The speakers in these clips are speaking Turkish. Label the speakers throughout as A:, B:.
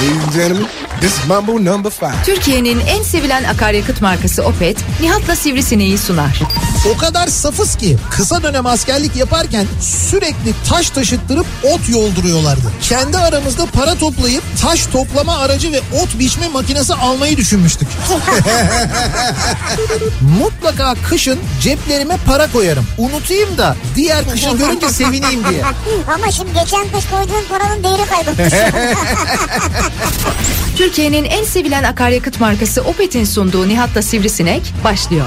A: Ladies and gentlemen, this is Mambo number 5.
B: Türkiye'nin en sevilen akaryakıt markası Opet, Nihat'la Sivrisineği sunar.
C: O kadar safız ki kısa dönem askerlik yaparken sürekli taş taşıttırıp ot yolduruyorlardı. Kendi aramızda para toplayıp taş toplama aracı ve ot biçme makinesi almayı düşünmüştük. Mutlaka kışın ceplerime para koyarım. Unutayım da diğer kışın görünce sevineyim diye.
D: Ama şimdi geçen kış koyduğun paranın değeri kaybolmuş.
B: Türkiye'nin en sevilen akaryakıt markası Opet'in sunduğu Nihat'la Sivrisinek başlıyor.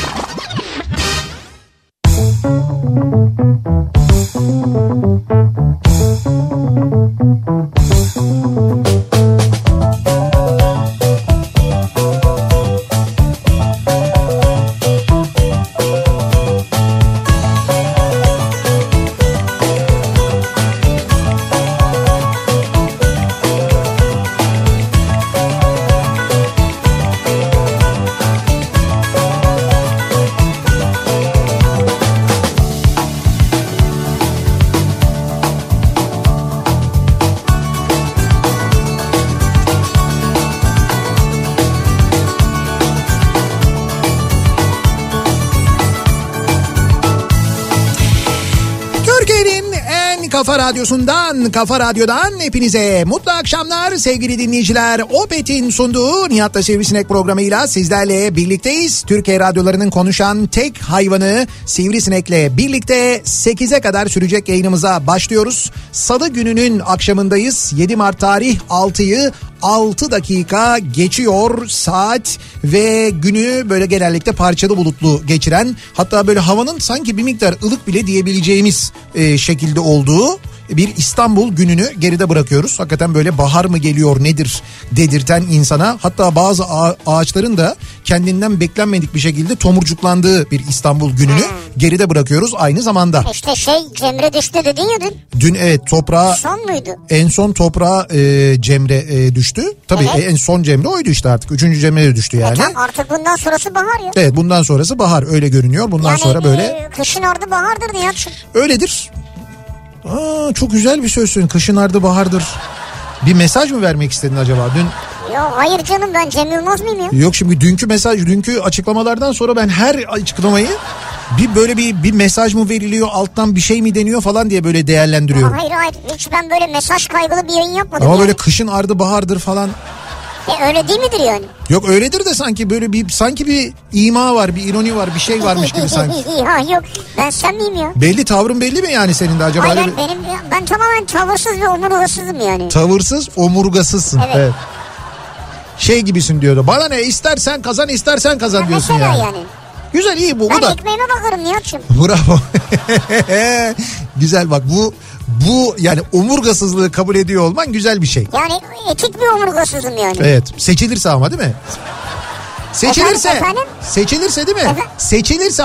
C: Kafa Radyosu'ndan, Kafa Radyo'dan hepinize mutlu akşamlar sevgili dinleyiciler. Opet'in sunduğu Nihat'la Sivrisinek programıyla sizlerle birlikteyiz. Türkiye radyolarının konuşan tek hayvanı Sivrisinek'le birlikte 8'e kadar sürecek yayınımıza başlıyoruz. Salı gününün akşamındayız. 7 Mart tarih 6'yı 6 dakika geçiyor saat ve günü böyle genellikle parçalı bulutlu geçiren, hatta böyle havanın sanki bir miktar ılık bile diyebileceğimiz şekilde olduğu bir İstanbul gününü geride bırakıyoruz. Hakikaten böyle bahar mı geliyor nedir dedirten insana, hatta bazı ağaçların da kendinden beklenmedik bir şekilde tomurcuklandığı bir İstanbul gününü geride bırakıyoruz aynı zamanda.
D: İşte Cemre düştü dedin ya dün.
C: Dün evet toprağa.
D: Son muydu?
C: En son toprağa Cemre düştü. Tabii evet. En son Cemre oydu işte artık. 3. Cemre de düştü yani.
D: Tamam, artık bundan sonrası bahar ya.
C: Evet, bundan sonrası bahar öyle görünüyor. Bundan
D: yani,
C: sonra böyle.
D: Kışın ardı bahardır Nihat'cığım.
C: Öyledir. Çok güzel bir söz söyledin. Kışın ardı bahardır. Bir mesaj mı vermek istedin acaba dün?
D: Yok hayır canım, ben Cem Yılmaz mıyım ya?
C: Yok, şimdi dünkü açıklamalardan sonra ben her açıklamayı bir mesaj mı veriliyor, alttan bir şey mi deniyor falan diye böyle değerlendiriyorum.
D: Hayır hiç ben böyle mesaj kaygılı bir yayın yapmadım.
C: Ama
D: yani.
C: böyle kışın ardı bahardır falan.
D: Öyle değil midir yani?
C: Yok öyledir de sanki böyle bir ima var, bir ironi var, bir şey varmış gibi sanki.
D: Ya yok, ben sen miyim ya?
C: Belli, tavrın belli mi yani senin de acaba?
D: Hayır ben tamamen tavırsız ve omurgasızım yani.
C: Tavırsız, omurgasızsın. Evet. Şey gibisin diyordu. Bana ne, istersen kazan istersen kazan diyorsun yani.
D: Yani.
C: Güzel, iyi bu.
D: Ben
C: da.
D: ekmeğime bakarım Nihat'cığım.
C: Bravo. Güzel bak bu yani omurgasızlığı kabul ediyor olman güzel bir şey.
D: Yani etik bir omurgasızım yani.
C: Evet, seçilirse ama değil mi?
D: Efendim?
C: Seçilirse değil mi? Efendim? Seçilirse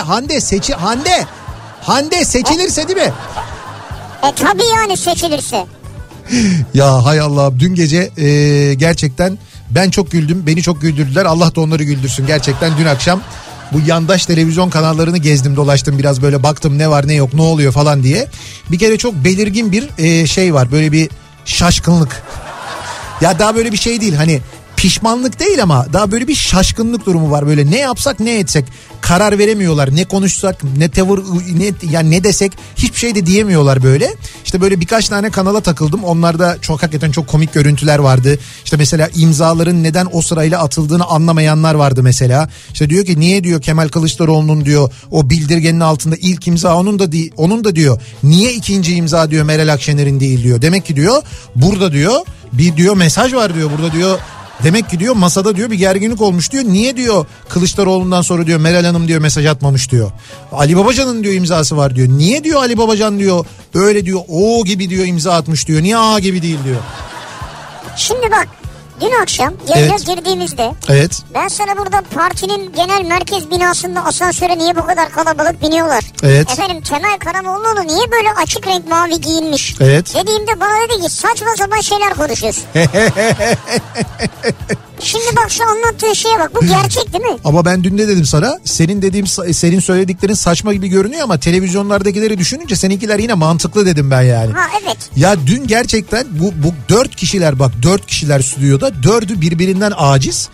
C: Hande seçilirse değil mi?
D: Tabii yani seçilirse.
C: Ya hay Allah, dün gece gerçekten ben çok güldüm, beni çok güldürdüler, Allah da onları güldürsün. Gerçekten dün akşam bu yandaş televizyon kanallarını gezdim dolaştım, biraz böyle baktım ne var ne yok ne oluyor falan diye. Bir kere çok belirgin bir şey var, böyle bir şaşkınlık. Ya daha böyle bir şey değil, hani pişmanlık değil ama daha böyle bir şaşkınlık durumu var. Böyle ne yapsak ne etsek karar veremiyorlar. Ne konuşsak, ne tavır, ne desek hiçbir şey de diyemiyorlar böyle. İşte böyle birkaç tane kanala takıldım. Onlarda hakikaten çok komik görüntüler vardı. İşte mesela imzaların neden o sırayla atıldığını anlamayanlar vardı mesela. İşte diyor ki niye diyor Kemal Kılıçdaroğlu'nun diyor o bildirgenin altında ilk imza onun da diyor. Niye ikinci imza diyor Meral Akşener'in değil diyor. Demek ki diyor burada diyor bir diyor mesaj var diyor burada diyor. Demek ki diyor masada diyor bir gerginlik olmuş diyor. Niye diyor Kılıçdaroğlu'ndan sonra diyor Meral Hanım diyor mesaj atmamış diyor. Ali Babacan'ın diyor imzası var diyor. Niye diyor Ali Babacan diyor öyle diyor O gibi diyor imza atmış diyor. Niye A gibi değil diyor.
D: Şimdi bak dün akşam yayına girdiğimizde ben sana burada partinin genel merkez binasında asansöre niye bu kadar kalabalık biniyorlar?
C: Evet.
D: Efendim Temel Karamollaoğlu niye böyle açık renk mavi giyinmiş?
C: Evet.
D: Dediğimde bana dedi ki saçma sapan şeyler konuşuyorsun. Şimdi bak şu anlattığın şeye bak, bu gerçek değil mi?
C: Ama ben dün de dedim sana, senin söylediklerin saçma gibi görünüyor ama televizyonlardakileri düşününce seninkiler yine mantıklı dedim ben yani.
D: Ha evet.
C: Ya dün gerçekten bu 4 kişiler, bak 4 kişiler stüdyoda, 4'ü birbirinden aciz.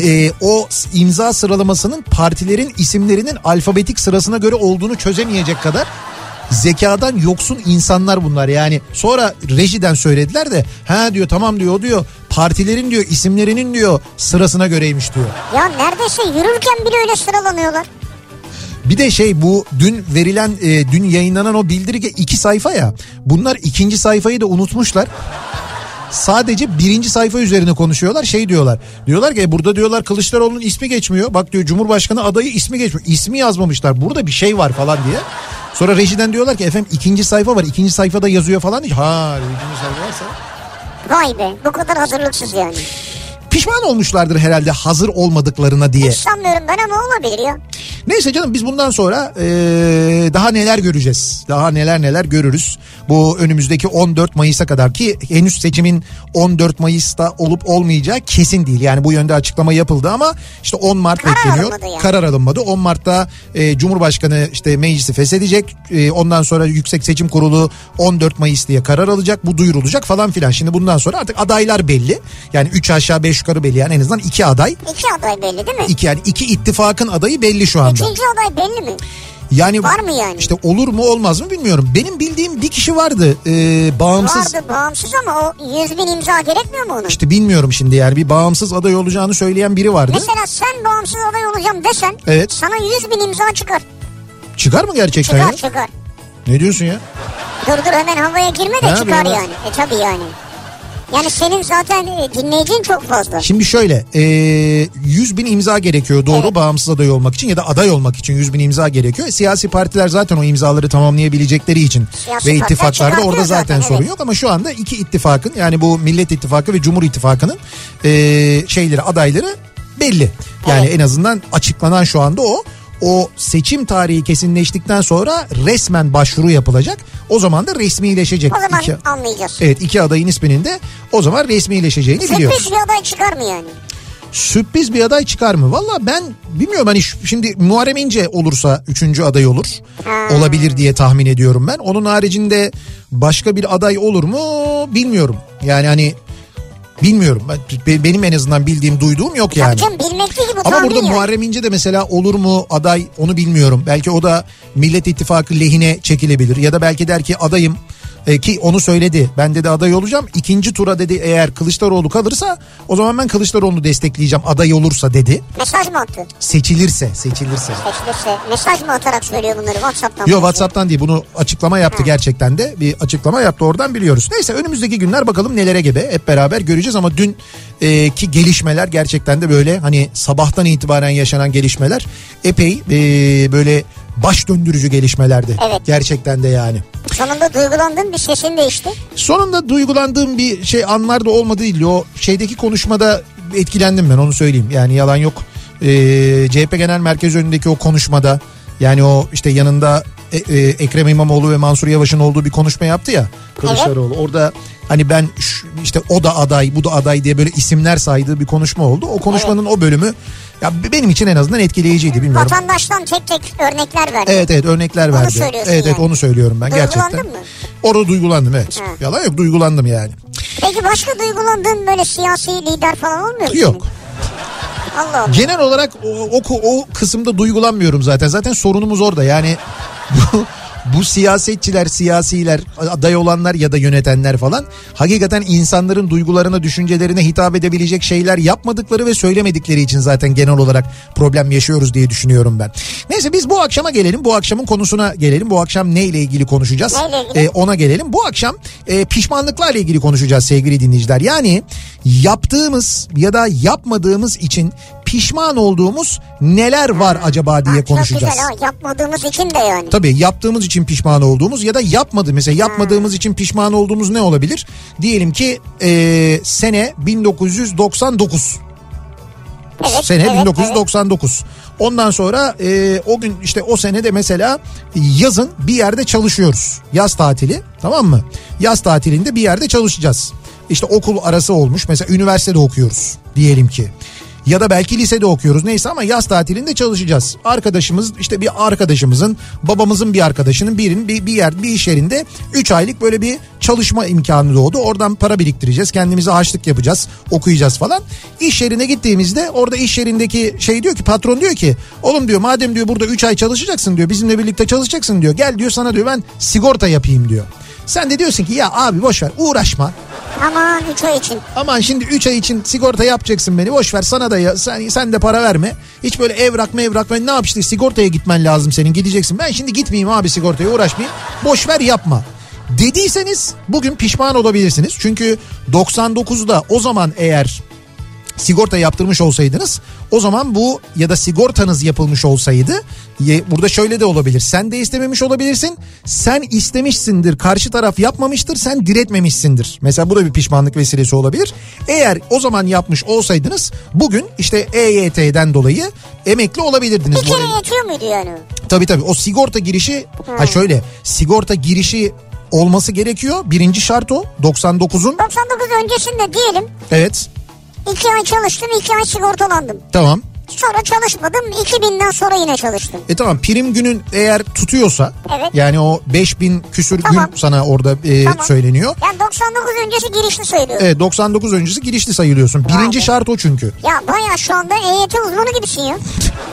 C: O imza sıralamasının partilerin isimlerinin alfabetik sırasına göre olduğunu çözemeyecek kadar zekadan yoksun insanlar bunlar yani. Sonra rejiden söylediler de ha diyor, tamam diyor, o diyor partilerin diyor isimlerinin diyor sırasına göreymiş diyor.
D: Ya neredeyse yürürken bile öyle sıralanıyorlar.
C: Bir de bu dün verilen dün yayınlanan o bildirge 2 sayfa ya, bunlar 2. sayfayı da unutmuşlar. Sadece 1. sayfa üzerine konuşuyorlar, diyorlar ki burada diyorlar Kılıçdaroğlu'nun ismi geçmiyor, bak diyor Cumhurbaşkanı adayı ismi geçmiyor, ismi yazmamışlar, burada bir şey var falan diye. Sonra rejiden diyorlar ki efendim 2. sayfa var, 2. sayfada yazıyor falan diye. Ha 2. sayfa varsa.
D: Vay be, bu kadar hazırlıksız yani.
C: Pişman olmuşlardır herhalde hazır olmadıklarına diye.
D: Hiç sanmıyorum ben ama olabilir ya.
C: Neyse canım, biz bundan sonra daha neler göreceğiz. Daha neler görürüz. Bu önümüzdeki 14 Mayıs'a kadar, ki henüz seçimin 14 Mayıs'ta olup olmayacağı kesin değil. Yani bu yönde açıklama yapıldı ama işte 10 Mart bekleniyor. Karar alınmadı. 10 Mart'ta Cumhurbaşkanı işte meclisi feshedecek. Ondan sonra Yüksek Seçim Kurulu 14 Mayıs diye karar alacak. Bu duyurulacak falan filan. Şimdi bundan sonra artık adaylar belli. Yani 3 aşağı 5 yukarı belli. Yani en azından 2 aday.
D: 2 aday belli değil mi?
C: Yani 2 ittifakın adayı belli şu anda.
D: 3. aday belli mi?
C: Yani
D: var mı yani?
C: İşte olur mu olmaz mı bilmiyorum. Benim bildiğim bir kişi vardı, bağımsız.
D: Vardı bağımsız ama o 100.000 imza gerekmiyor mu onun?
C: İşte bilmiyorum şimdi, yani bir bağımsız aday olacağını söyleyen biri vardı.
D: Mesela sen bağımsız aday olacağım desen,
C: evet,
D: sana 100.000 imza çıkar.
C: Çıkar mı gerçekten?
D: Çıkar.
C: Ne diyorsun ya?
D: Dur hemen havaya girme de çıkar yani. Tabii yani. Yani senin zaten dinleyicin çok fazla.
C: Şimdi şöyle 100.000 imza gerekiyor doğru, evet, bağımsız aday olmak için ya da aday olmak için 100.000 imza gerekiyor. Siyasi partiler zaten o imzaları tamamlayabilecekleri için ve ittifaklarda orada zaten sorun yok. Ama şu anda 2 ittifakın, yani bu Millet İttifakı ve Cumhur İttifakı'nın adayları belli. Yani en azından açıklanan şu anda o seçim tarihi kesinleştikten sonra resmen başvuru yapılacak. O zaman da resmileşecek.
D: O zaman anlayacağız.
C: Evet, 2 adayın isminin de o zaman resmileşeceğini biliyoruz.
D: Sürpriz bir aday çıkar mı yani?
C: Sürpriz bir aday çıkar mı? Valla ben bilmiyorum, hani şimdi Muharrem İnce olursa 3. aday olur. Olabilir diye tahmin ediyorum ben. Onun haricinde başka bir aday olur mu bilmiyorum. Yani hani bilmiyorum. Benim en azından bildiğim, duyduğum yok yani.
D: Tabii canım, bilmekte gibi.
C: Ama burada yani Muharrem İnce de mesela olur mu aday, onu bilmiyorum. Belki o da Millet İttifakı lehine çekilebilir. Ya da belki der ki adayım, ki onu söyledi. Ben dedi aday olacağım. 2. tura dedi, eğer Kılıçdaroğlu kalırsa o zaman ben Kılıçdaroğlu'nu destekleyeceğim aday olursa dedi.
D: Mesaj mı attı?
C: Seçilirse.
D: Mesaj mı atarak söylüyor bunları, WhatsApp'tan?
C: Yok, WhatsApp'tan değil, bunu açıklama yaptı gerçekten de. Bir açıklama yaptı, oradan biliyoruz. Neyse, önümüzdeki günler bakalım nelere gebe, hep beraber göreceğiz ama dün ki gelişmeler gerçekten de böyle hani sabahtan itibaren yaşanan gelişmeler epey böyle baş döndürücü gelişmelerdi.
D: Evet.
C: Gerçekten de yani.
D: Sonunda duygulandın, bir sesin değişti.
C: Sonunda duygulandığım bir anlar da olmadı değil. O şeydeki konuşmada etkilendim ben, onu söyleyeyim. Yani yalan yok. CHP Genel Merkezi önündeki o konuşmada, yani o işte yanında Ekrem İmamoğlu ve Mansur Yavaş'ın olduğu bir konuşma yaptı ya Kılıçdaroğlu. Evet. Orada hani ben işte o da aday, bu da aday diye böyle isimler saydığı bir konuşma oldu. O konuşmanın o bölümü ya benim için en azından etkileyiciydi, bilmiyorum.
D: Vatandaştan tek örnekler verdi.
C: Evet örnekler verdi.
D: Onu söylüyorsun
C: evet,
D: yani.
C: onu söylüyorum ben gerçekten.
D: Duygulandın mı?
C: Orada duygulandım, evet. Yalan yok, duygulandım yani.
D: Peki başka duygulandığın böyle siyasi lider falan olmuyor mu?
C: Yok.
D: Allah Allah.
C: Genel olarak o kısımda duygulanmıyorum zaten. Zaten sorunumuz orada. Yani bu siyasetçiler, siyasiler, aday olanlar ya da yönetenler falan hakikaten insanların duygularına, düşüncelerine hitap edebilecek şeyler yapmadıkları ve söylemedikleri için zaten genel olarak problem yaşıyoruz diye düşünüyorum ben. Neyse, biz bu akşama gelelim. Bu akşamın konusuna gelelim. Bu akşam neyle ilgili konuşacağız? Ona gelelim. Bu akşam pişmanlıklarla ilgili konuşacağız sevgili dinleyiciler. Yani yaptığımız ya da yapmadığımız için pişman olduğumuz neler var acaba diye konuşacağız.
D: Çok güzel, yapmadığımız için de yani.
C: Tabii, yaptığımız için pişman olduğumuz ya da mesela yapmadığımız için pişman olduğumuz ne olabilir? Diyelim ki sene 1999.
D: Evet,
C: sene 1999. Evet. Ondan sonra o gün işte o senede mesela yazın bir yerde çalışıyoruz. Yaz tatili, tamam mı? Yaz tatilinde bir yerde çalışacağız. işte okul arası olmuş. Mesela üniversitede okuyoruz diyelim ki. Ya da belki lisede okuyoruz neyse ama yaz tatilinde çalışacağız. Arkadaşımız işte bir arkadaşımızın babamızın bir arkadaşının bir iş yerinde 3 aylık böyle bir çalışma imkanı doğdu. Oradan para biriktireceğiz, kendimize harçlık yapacağız, okuyacağız falan. İş yerine gittiğimizde orada iş yerindeki diyor ki, patron diyor ki oğlum diyor madem diyor burada 3 ay çalışacaksın diyor, bizimle birlikte çalışacaksın diyor, gel diyor sana diyor ben sigorta yapayım diyor. Sen de diyorsun ki ya abi boş ver, uğraşma.
D: Aman 3 ay için.
C: Aman şimdi 3 ay için sigorta yapacaksın beni, boş ver, sana da ya, sen de para verme. Hiç böyle evrak ben ne yapmıştık, sigortaya gitmen lazım senin, gideceksin. Ben şimdi gitmeyeyim abi, sigortaya uğraşmayayım, boş ver yapma dediyseniz bugün pişman olabilirsiniz. Çünkü 99'da o zaman eğer sigorta yaptırmış olsaydınız, o zaman bu ya da sigortanız yapılmış olsaydı burada şöyle de olabilir. Sen de istememiş olabilirsin. Sen istemişsindir, karşı taraf yapmamıştır, sen diretmemişsindir. Mesela bu da bir pişmanlık vesilesi olabilir. Eğer o zaman yapmış olsaydınız bugün işte EYT'den dolayı emekli olabilirdiniz.
D: Bir kere yetiyor muydu yani?
C: Tabii o sigorta girişi sigorta girişi olması gerekiyor. Birinci şart o. 99'un.
D: 99 öncesinde diyelim.
C: Evet.
D: 2 ay çalıştım, 2 ay sigortalandım.
C: Tamam.
D: Sonra çalışmadım, 2000'den sonra yine çalıştım.
C: Tamam, prim günün eğer tutuyorsa,
D: evet.
C: Yani o 5000 küsür gün sana orada söyleniyor.
D: Yani 99 öncesi girişli sayılıyor.
C: Evet, 99 öncesi girişli sayılıyorsun. Birinci şart o çünkü.
D: Ya bayağı şu anda EYT uzmanı gibisin ya.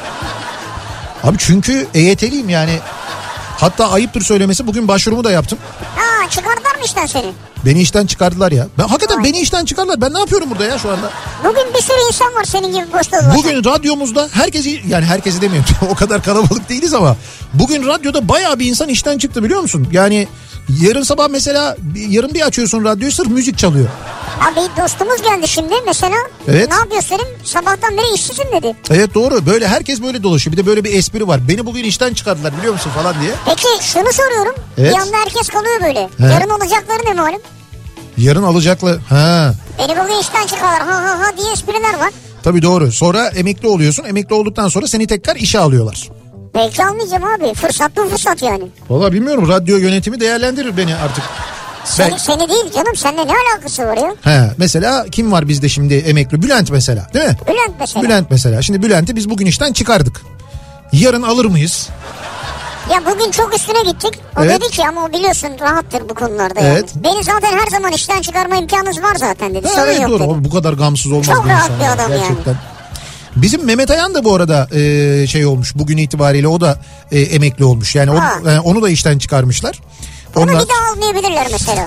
C: Abi çünkü EYT'liyim yani. Hatta ayıptır söylemesi, bugün başvurumu da yaptım.
D: Ha, çıkardılar mı işten seni?
C: Beni işten çıkardılar ya. Hakikaten beni işten çıkardılar. Ben ne yapıyorum burada ya şu anda?
D: Bugün bir sürü insan var senin gibi boşta dolaşan.
C: Bugün radyomuzda herkesi demiyorum. O kadar kalabalık değiliz ama bugün radyoda bayağı bir insan işten çıktı, biliyor musun? Yani yarın sabah mesela yarın bir açıyorsun radyoyu, sırf müzik çalıyor.
D: Abi dostumuz geldi şimdi mesela.
C: Evet.
D: Ne yapıyorsun dedim. Sabahtan beri işsizim dedi.
C: Evet doğru, böyle herkes böyle dolaşıyor. Bir de böyle bir espri var. Beni bugün işten çıkardılar biliyor musun falan diye.
D: Peki şunu soruyorum.
C: Evet.
D: Bir anda herkes kalıyor böyle.
C: He.
D: Yarın olacakları ne malum?
C: Yarın alacaklar. Ha.
D: Beni bugün işten çıkarlar ha diye espriler var.
C: Tabii doğru. Sonra emekli oluyorsun. Emekli olduktan sonra seni tekrar işe alıyorlar.
D: Belki almayacağım abi. Fırsat bu fırsat yani.
C: Vallahi bilmiyorum. Radyo yönetimi değerlendirir beni artık.
D: Seni değil canım. Seninle ne alakası var ya?
C: He, mesela kim var bizde şimdi emekli? Bülent mesela, değil mi? Bülent mesela. Şimdi Bülent'i biz bugün işten çıkardık. Yarın alır mıyız?
D: Ya bugün çok üstüne gittik. O dedi ki ama o biliyorsun rahattır bu konularda yani. Beni zaten her zaman işten çıkarma imkanınız var zaten dedi. Sorun yok
C: doğru.
D: dedi.
C: Bu kadar gamsız olmaz.
D: Çok rahat bir adam gerçekten. Yani.
C: Bizim Mehmet Ayan da bu arada olmuş. Bugün itibariyle o da emekli olmuş. Yani onu da işten çıkarmışlar.
D: Onu bir daha almayabilirler mesela.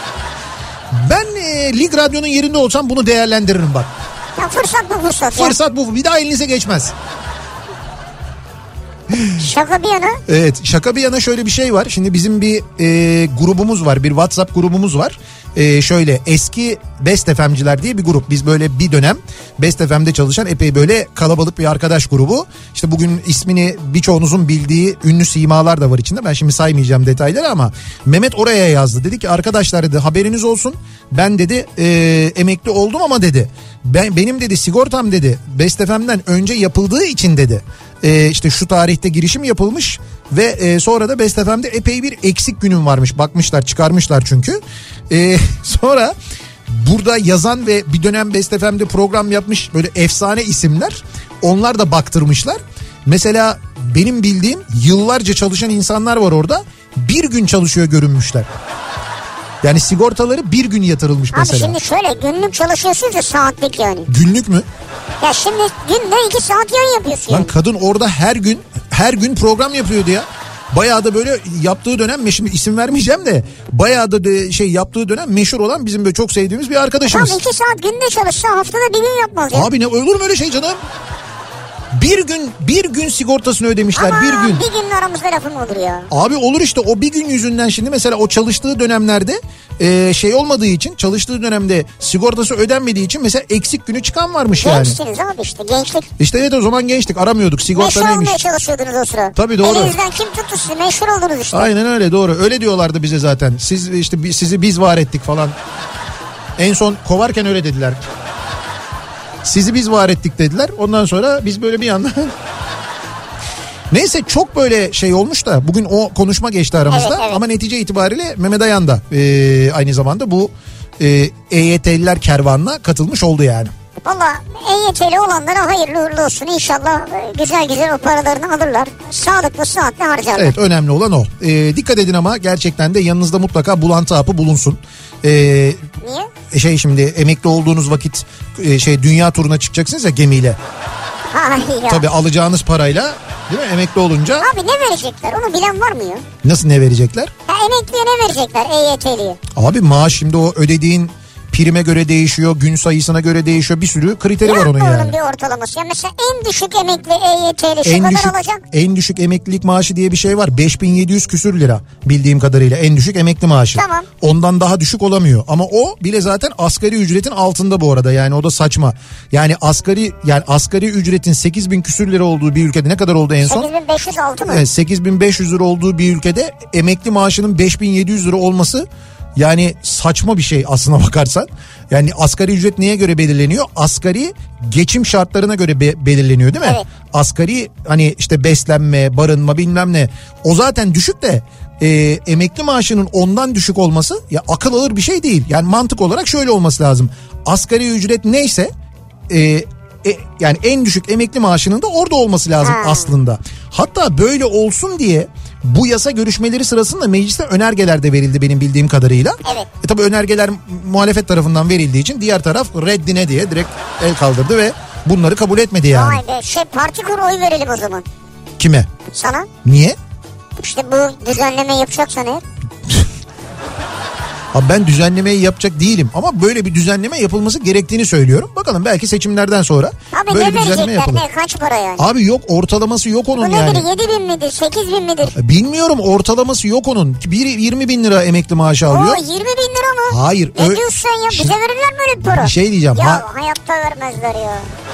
C: Ben Lig Radyo'nun yerinde olsam bunu değerlendiririm bak.
D: Ya fırsat bu fırsat.
C: Fırsat bu. Bir daha elinize geçmez.
D: Şaka bir yana.
C: Evet, şaka bir yana şöyle bir şey var. Şimdi bizim bir grubumuz var. Bir WhatsApp grubumuz var. Şöyle eski Best FM'ciler diye bir grup. Biz böyle bir dönem Best FM'de çalışan epey böyle kalabalık bir arkadaş grubu. İşte bugün ismini birçoğunuzun bildiği ünlü simalar da var içinde. Ben şimdi saymayacağım detayları ama Mehmet oraya yazdı. Dedi ki arkadaşlar dedi haberiniz olsun. Ben dedi emekli oldum ama dedi. Benim dedi sigortam dedi Best FM'den önce yapıldığı için dedi. İşte şu tarihte girişim yapılmış ve sonra da Best FM'de epey bir eksik günüm varmış. Bakmışlar, çıkarmışlar çünkü. Sonra burada yazan ve bir dönem Best FM'de program yapmış böyle efsane isimler, onlar da baktırmışlar. Mesela benim bildiğim yıllarca çalışan insanlar var orada, bir gün çalışıyor görünmüşler. Yani sigortaları bir gün yatırılmış mesela.
D: Abi şimdi şöyle günlük çalışıyorsunuz ya, saatlik yani.
C: Günlük mü?
D: Ya şimdi günde 2 saat yayın yapıyorsun.
C: Lan kadın orada her gün program yapıyordu ya. Bayağı da böyle yaptığı dönem, şimdi isim vermeyeceğim de bayağı da yaptığı dönem meşhur olan bizim böyle çok sevdiğimiz bir arkadaşımız.
D: Tamam 2 saat günde çalışsa haftada bir gün yapmaz ya.
C: Abi ne olur mu öyle şey canım? Bir gün sigortasını ödemişler.
D: Ama
C: bir gün.
D: Bir günün aramızda lafım olur ya.
C: Abi olur işte, o bir gün yüzünden şimdi mesela o çalıştığı dönemlerde olmadığı için, çalıştığı dönemde sigortası ödenmediği için mesela eksik günü çıkan varmış yani.
D: Gençsiniz abi işte, gençlik.
C: İşte evet, o zaman gençtik, aramıyorduk, sigorta
D: meşhur
C: neymiş.
D: Meşhur olmaya çalışıyordunuz o sıra.
C: Tabii doğru.
D: Elinizden kim tuttu sizi, meşhur oldunuz işte.
C: Aynen öyle, doğru, öyle diyorlardı bize zaten. Sizi biz var ettik falan. En son kovarken öyle dediler. Sizi biz var ettik dediler. Ondan sonra biz böyle bir yandan... Neyse, çok böyle olmuş da bugün o konuşma geçti aramızda. Evet. Ama netice itibariyle Mehmet Ayan da aynı zamanda bu EYT'liler kervanına katılmış oldu yani.
D: Valla EYT'li olanlara hayırlı uğurlu olsun. İnşallah güzel güzel o paralarını alırlar. Sağlıklı sıhhatli harcarlar.
C: Evet, önemli olan o. Dikkat edin ama gerçekten de yanınızda mutlaka bulantı hapı bulunsun.
D: Niye?
C: Şimdi emekli olduğunuz vakit dünya turuna çıkacaksınız ya gemiyle. Tabii alacağınız parayla, değil mi, emekli olunca.
D: Abi ne verecekler, onu bilen var mı ya?
C: Nasıl ne verecekler?
D: Emekliye ne verecekler EYT'liye?
C: Abi maaş şimdi o ödediğin prime göre değişiyor, gün sayısına göre değişiyor, bir sürü kriteri var onun yani.
D: Onun bir ortalaması. Ya mesela en düşük emekli EYT'li şu kadar alacak.
C: En düşük emeklilik maaşı diye bir şey var. 5700 küsür lira bildiğim kadarıyla en düşük emekli maaşı.
D: Tamam.
C: Ondan daha düşük olamıyor. Ama o bile zaten asgari ücretin altında bu arada. Yani o da saçma. Yani asgari ücretin 8000 küsür lira olduğu bir ülkede ne kadar oldu en son?
D: 8506 mı?
C: Evet, 8500 lira olduğu bir ülkede emekli maaşının 5700 lira olması yani saçma bir şey aslına bakarsan. Yani asgari ücret neye göre belirleniyor? Asgari geçim şartlarına göre belirleniyor, değil mi?
D: Evet.
C: Asgari hani işte beslenme, barınma bilmem ne. O zaten düşük de emekli maaşının ondan düşük olması ya akıl alır bir şey değil. Yani mantık olarak şöyle olması lazım. Asgari ücret neyse yani en düşük emekli maaşının da orada olması lazım aslında. Hatta böyle olsun diye bu yasa görüşmeleri sırasında mecliste önergeler de verildi benim bildiğim kadarıyla.
D: Evet.
C: Tabii önergeler muhalefet tarafından verildiği için diğer taraf reddine diye direkt el kaldırdı ve bunları kabul etmedi yani.
D: Vay be, parti kur oy verelim o zaman.
C: Kime?
D: Sana.
C: Niye?
D: İşte bu düzenleme yapacaksan eğer.
C: Abi ben düzenlemeyi yapacak değilim ama böyle bir düzenleme yapılması gerektiğini söylüyorum. Bakalım belki seçimlerden sonra
D: abi
C: böyle bir düzenleme yapılır.
D: Ne, kaç para yani?
C: Abi yok, ortalaması yok onun yani.
D: Bu nedir, 7.000 midir 8.000 midir?
C: Bilmiyorum, ortalaması yok onun. Biri 20.000 lira emekli maaşı alıyor.
D: 20.000 lira mı?
C: Hayır.
D: Ne diyorsun ya, bize verirler mi öyle bir para?
C: Bir şey diyeceğim.
D: Ya hayatta vermezler ya.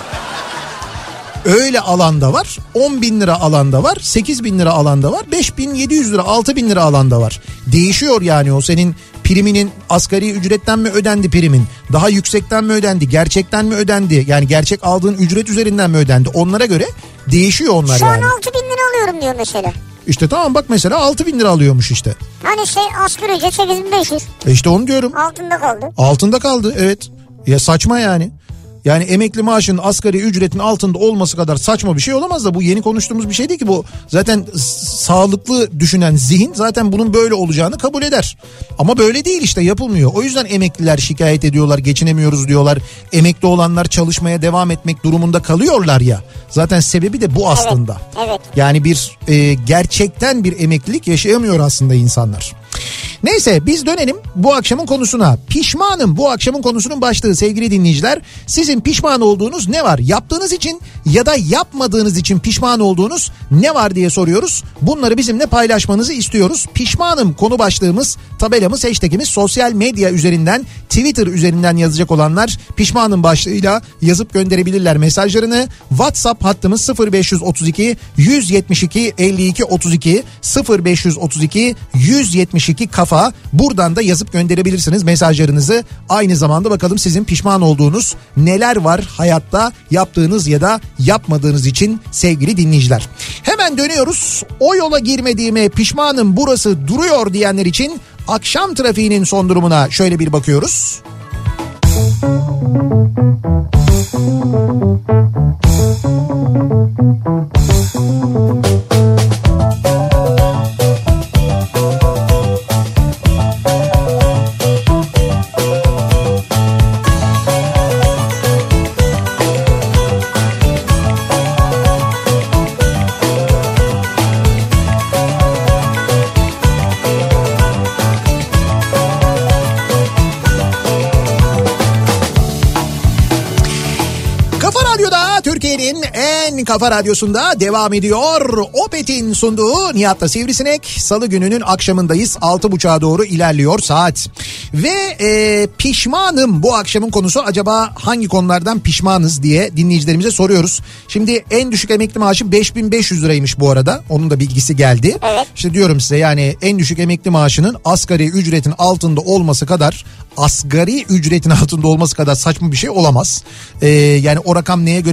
C: Öyle alanda var, 10.000 lira alanda var, 8.000 lira alanda var, 5.700 lira, 6.000 lira alanda var. Değişiyor yani, o senin priminin asgari ücretten mi ödendi primin? Daha yüksekten mi ödendi? Gerçekten mi ödendi? Yani gerçek aldığın ücret üzerinden mi ödendi? Onlara göre değişiyor onlar
D: Şu
C: yani.
D: Şu an 6.000 lira alıyorum diyor mesela.
C: İşte tamam bak, mesela 6.000 lira alıyormuş işte.
D: Hani asgari ücret 8.500.
C: İşte onu diyorum.
D: Altında kaldı.
C: Altında kaldı, evet. Ya saçma yani. Yani emekli maaşının asgari ücretin altında olması kadar saçma bir şey olamaz da, bu yeni konuştuğumuz bir şey değil ki bu. Zaten sağlıklı düşünen zihin zaten bunun böyle olacağını kabul eder. Ama böyle değil işte, yapılmıyor. O yüzden emekliler şikayet ediyorlar, geçinemiyoruz diyorlar. Emekli olanlar çalışmaya devam etmek durumunda kalıyorlar ya. Zaten sebebi de bu aslında.
D: Evet.
C: Yani gerçekten bir emeklilik yaşayamıyor aslında insanlar. Neyse, biz dönelim bu akşamın konusuna. Pişmanım bu akşamın konusunun başlığı sevgili dinleyiciler. Sizin pişman olduğunuz ne var? Yaptığınız için ya da yapmadığınız için pişman olduğunuz ne var diye soruyoruz. Bunları bizimle paylaşmanızı istiyoruz. Pişmanım konu başlığımız, tabelamız, hashtagimiz. Sosyal medya üzerinden, Twitter üzerinden yazacak olanlar pişmanım başlığıyla yazıp gönderebilirler mesajlarını. WhatsApp hattımız 0532 172 52 32 0532 172 kafa. Buradan da yazıp gönderebilirsiniz mesajlarınızı. Aynı zamanda bakalım sizin pişman olduğunuz neler var hayatta, yaptığınız ya da yapmadığınız için sevgili dinleyiciler. Hemen dönüyoruz. O yola girmediğime pişmanım, burası duruyor diyenler için akşam trafiğinin son durumuna şöyle bir bakıyoruz. Kafa Radyosu'nda devam ediyor. Opet'in sunduğu Nihat'la Sivrisinek. Salı gününün akşamındayız. 6.30'a doğru ilerliyor saat. Ve pişmanım bu akşamın konusu. Acaba hangi konulardan pişmanız diye dinleyicilerimize soruyoruz. Şimdi en düşük emekli maaşı 5.500 liraymış bu arada. Onun da bilgisi geldi.
D: Evet.
C: İşte diyorum size, yani en düşük emekli maaşının asgari ücretin altında olması kadar, asgari ücretin altında olması kadar saçma bir şey olamaz. Yani o rakam neye göre belirleniyor?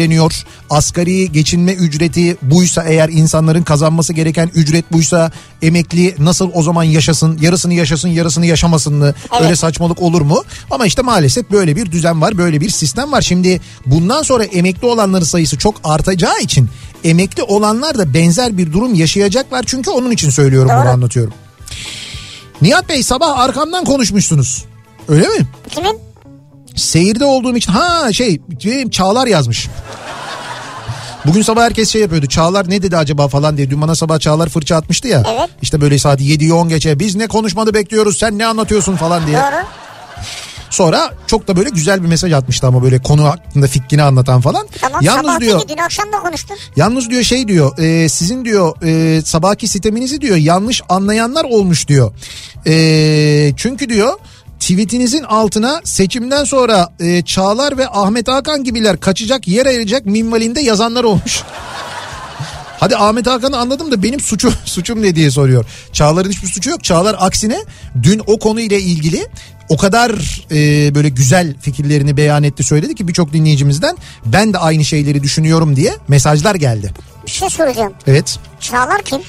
C: söyleniyor. Asgari geçinme ücreti buysa, eğer insanların kazanması gereken ücret buysa, emekli nasıl o zaman yaşasın, yarısını yaşasın yarısını yaşamasın mı? Evet. Öyle saçmalık olur mu? Ama işte maalesef böyle bir düzen var, böyle bir sistem var. Şimdi bundan sonra emekli olanların sayısı çok artacağı için emekli olanlar da benzer bir durum yaşayacaklar. Çünkü onun için söylüyorum, bunu anlatıyorum. Nihat Bey, sabah arkamdan konuşmuşsunuz. Öyle mi?
D: Kimin?
C: Seyirde olduğum için. Çağlar yazmış. Bugün sabah herkes şey yapıyordu. Çağlar ne dedi acaba falan diye. Dün bana sabah Çağlar fırça atmıştı ya.
D: Evet.
C: İşte böyle saat 7'yi 10 geçe biz ne konuşmadı bekliyoruz, sen ne anlatıyorsun falan diye.
D: Doğru.
C: Sonra çok da böyle güzel bir mesaj atmıştı ama böyle konu hakkında fikrini anlatan falan.
D: Tamam,
C: yalnız diyor,
D: dün akşam da konuştun.
C: Yalnız diyor sizin diyor sabahki sisteminizi diyor yanlış anlayanlar olmuş diyor. Çünkü diyor tweetinizin altına seçimden sonra Çağlar ve Ahmet Hakan gibiler kaçacak yer ayıracak minvalinde yazanlar olmuş. Hadi Ahmet Hakan'ı anladım da benim suçum ne diye soruyor. Çağlar'ın hiçbir suçu yok. Çağlar aksine dün o konuyla ilgili o kadar böyle güzel fikirlerini beyan etti, söyledi ki birçok dinleyicimizden ben de aynı şeyleri düşünüyorum diye mesajlar geldi.
D: Bir şey soracağım.
C: Evet.
D: Çağlar kim?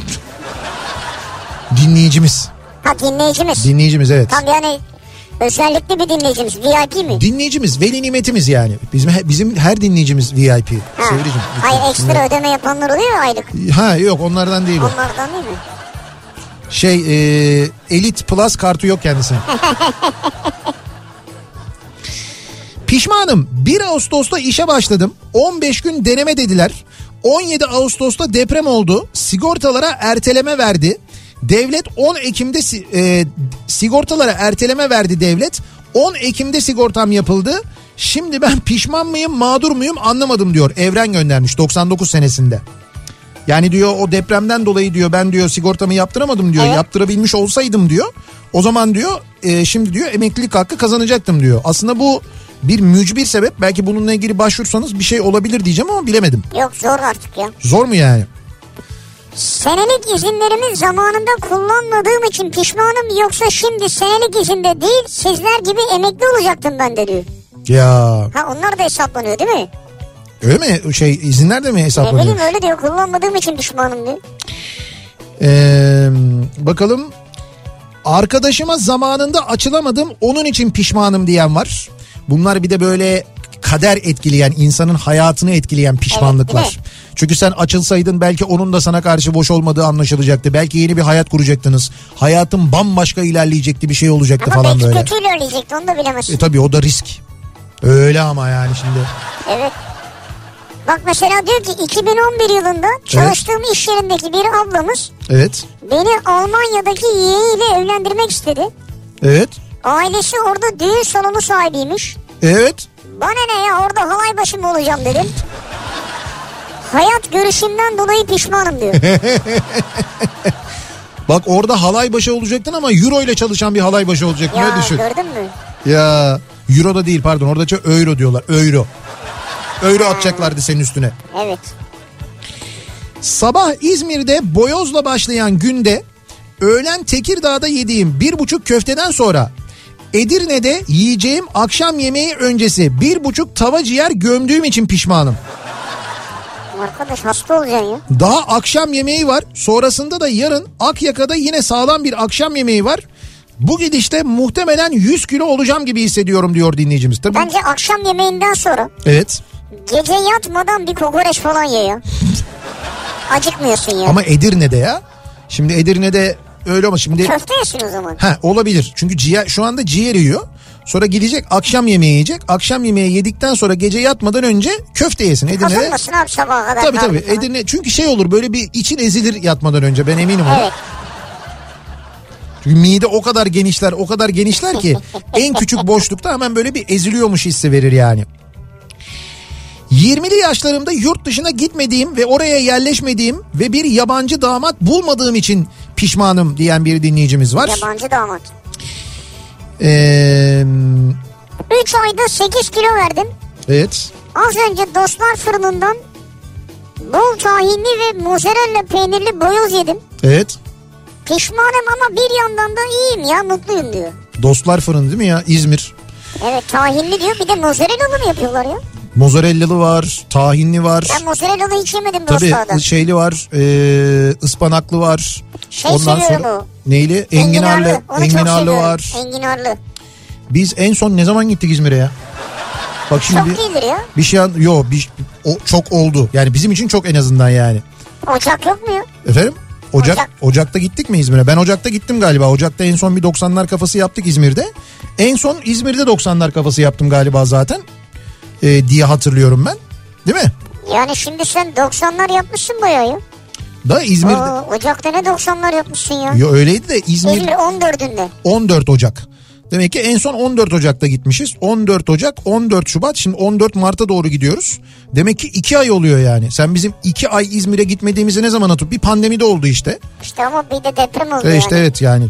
C: Dinleyicimiz.
D: Ha, dinleyicimiz.
C: Dinleyicimiz, evet.
D: Tam yani özellikle bir dinleyicimiz, VIP mi?
C: Dinleyicimiz, veli nimetimiz yani. Bizim her dinleyicimiz VIP. Seviricim.
D: Hayır, ekstra ödeme yapanlar oluyor ya aylık.
C: Ha yok, onlardan değil o.
D: Onlardan değil mi?
C: Elite Plus kartı yok kendisine. Pişmanım. 1 Ağustos'ta işe başladım. 15 gün deneme dediler. 17 Ağustos'ta deprem oldu. Sigortalara erteleme verdi. Devlet 10 Ekim'de sigortalara erteleme verdi devlet. 10 Ekim'de sigortam yapıldı. Şimdi ben pişman mıyım, mağdur muyum anlamadım diyor. Evren göndermiş 99 senesinde. Yani diyor o depremden dolayı diyor ben diyor sigortamı yaptıramadım diyor. Evet. Yaptırabilmiş olsaydım diyor. O zaman diyor şimdi diyor emeklilik hakkı kazanacaktım diyor. Aslında bu bir mücbir sebep. Belki bununla ilgili başvursanız bir şey olabilir diyeceğim ama bilemedim.
D: Yok, zor artık ya.
C: Zor mu yani?
D: Senelik izinlerimi zamanında kullanmadığım için pişmanım, yoksa şimdi senelik izinde değil sizler gibi emekli olacaktım ben de diyor.
C: Ya.
D: Ha, onlar da hesaplanıyor değil mi?
C: Öyle mi? İzinler de mi hesaplanıyor?
D: Ne bileyim, öyle diyor, kullanmadığım için pişmanım diyor.
C: Bakalım. Arkadaşıma zamanında açılamadım, onun için pişmanım diyen var. Bunlar bir de böyle kader etkileyen, insanın hayatını etkileyen pişmanlıklar. Evet, çünkü sen açılsaydın belki onun da sana karşı boş olmadığı anlaşılacaktı. Belki yeni bir hayat kuracaktınız. Hayatın bambaşka ilerleyecekti, bir şey olacaktı
D: ama
C: falan böyle.
D: Ama belki kötü ilerleyecekti, onu da bilemezsin.
C: Tabii o da risk. Öyle ama yani şimdi.
D: Evet. Bak mesela diyor ki 2011 yılında çalıştığım iş yerindeki bir ablamız beni Almanya'daki yeğeniyle evlendirmek istedi.
C: Evet.
D: Ailesi orada düğün salonu sahibiymiş.
C: Evet.
D: Bana ne ya, orada halay başı mı olacağım dedim. Hayat görüşümden dolayı pişmanım diyor.
C: Bak orada halay başı olacaktın ama euro ile çalışan bir halay başı olacaktın.
D: Ya
C: ne düşün?
D: Gördün mü?
C: Ya euro da değil, pardon, orada euro diyorlar. Euro atacaklardı senin üstüne.
D: Evet.
C: Sabah İzmir'de boyozla başlayan günde öğlen Tekirdağ'da yediğim 1,5 köfteden sonra Edirne'de yiyeceğim akşam yemeği öncesi 1,5 tava ciğer gömdüğüm için pişmanım.
D: Arkadaş hasta olacaksın ya.
C: Daha akşam yemeği var. Sonrasında da yarın Akyaka'da yine sağlam bir akşam yemeği var. Bu gidişte muhtemelen 100 kilo olacağım gibi hissediyorum diyor dinleyicimiz. Tabii.
D: Bence akşam yemeğinden sonra.
C: Evet.
D: Gece yatmadan bir kokoreç falan ye ya. Acıkmıyorsun ya.
C: Ama Edirne'de ya. Şimdi Edirne'de öyle ama şimdi.
D: Köfte yesin o zaman.
C: Olabilir. Çünkü şu anda ciğer yiyor. Sonra gidecek akşam yemeği yiyecek. Akşam yemeği yedikten sonra gece yatmadan önce köfte yesin. Edirne'de.
D: Kazanmasın abi sabaha kadar.
C: Tabii. Edirne çünkü olur böyle bir için ezilir yatmadan önce, ben eminim ona.
D: Evet.
C: Çünkü mide o kadar genişler ki en küçük boşlukta hemen böyle bir eziliyormuş hissi verir yani. 20'li yaşlarımda yurt dışına gitmediğim ve oraya yerleşmediğim ve bir yabancı damat bulmadığım için pişmanım diyen bir dinleyicimiz var.
D: Yabancı damat. 3 ayda 8 kilo verdim.
C: Evet.
D: Az önce Dostlar Fırını'ndan bol tahinli ve mozzarella peynirli boyoz yedim.
C: Evet.
D: Pişmanım ama bir yandan da iyiyim ya, mutluyum diyor.
C: Dostlar Fırını değil mi ya, İzmir?
D: Evet, tahinli diyor, bir de mozzarella mı yapıyorlar ya?
C: Mozzarella'lı var, tahinli var.
D: Ben mozzarella'lı hiç yemedim
C: Tabii
D: Dostağ'da.
C: şeyli var, ıspanaklı var.
D: Ondan sonra
C: neyli? Enginarlı var.
D: Enginarlı.
C: Biz en son ne zaman gittik İzmir'e ya? Bak şimdi
D: çok değildir ya.
C: Bir şey çok oldu. Yani bizim için çok en azından yani.
D: Ocak yok mu ya?
C: Efendim? Ocak'ta gittik mi İzmir'e? Ben Ocak'ta gittim galiba. Ocak'ta en son bir 90'lar kafası yaptık İzmir'de. En son İzmir'de 90'lar kafası yaptım galiba zaten. Diye hatırlıyorum ben. Değil mi?
D: Yani şimdi sen 90'lar yapmışsın bayağı ya.
C: Da İzmir'de.
D: Ocak'ta ne 90'lar yapmışsın ya?
C: Yo öyleydi de İzmir
D: 14'ünde.
C: 14 Ocak. Demek ki en son 14 Ocak'ta gitmişiz. 14 Ocak, 14 Şubat. Şimdi 14 Mart'a doğru gidiyoruz. Demek ki 2 ay oluyor yani. Sen bizim 2 ay İzmir'e gitmediğimizi ne zaman atıp? Bir pandemide oldu işte.
D: İşte ama bir de deprem oldu yani.
C: İşte evet yani.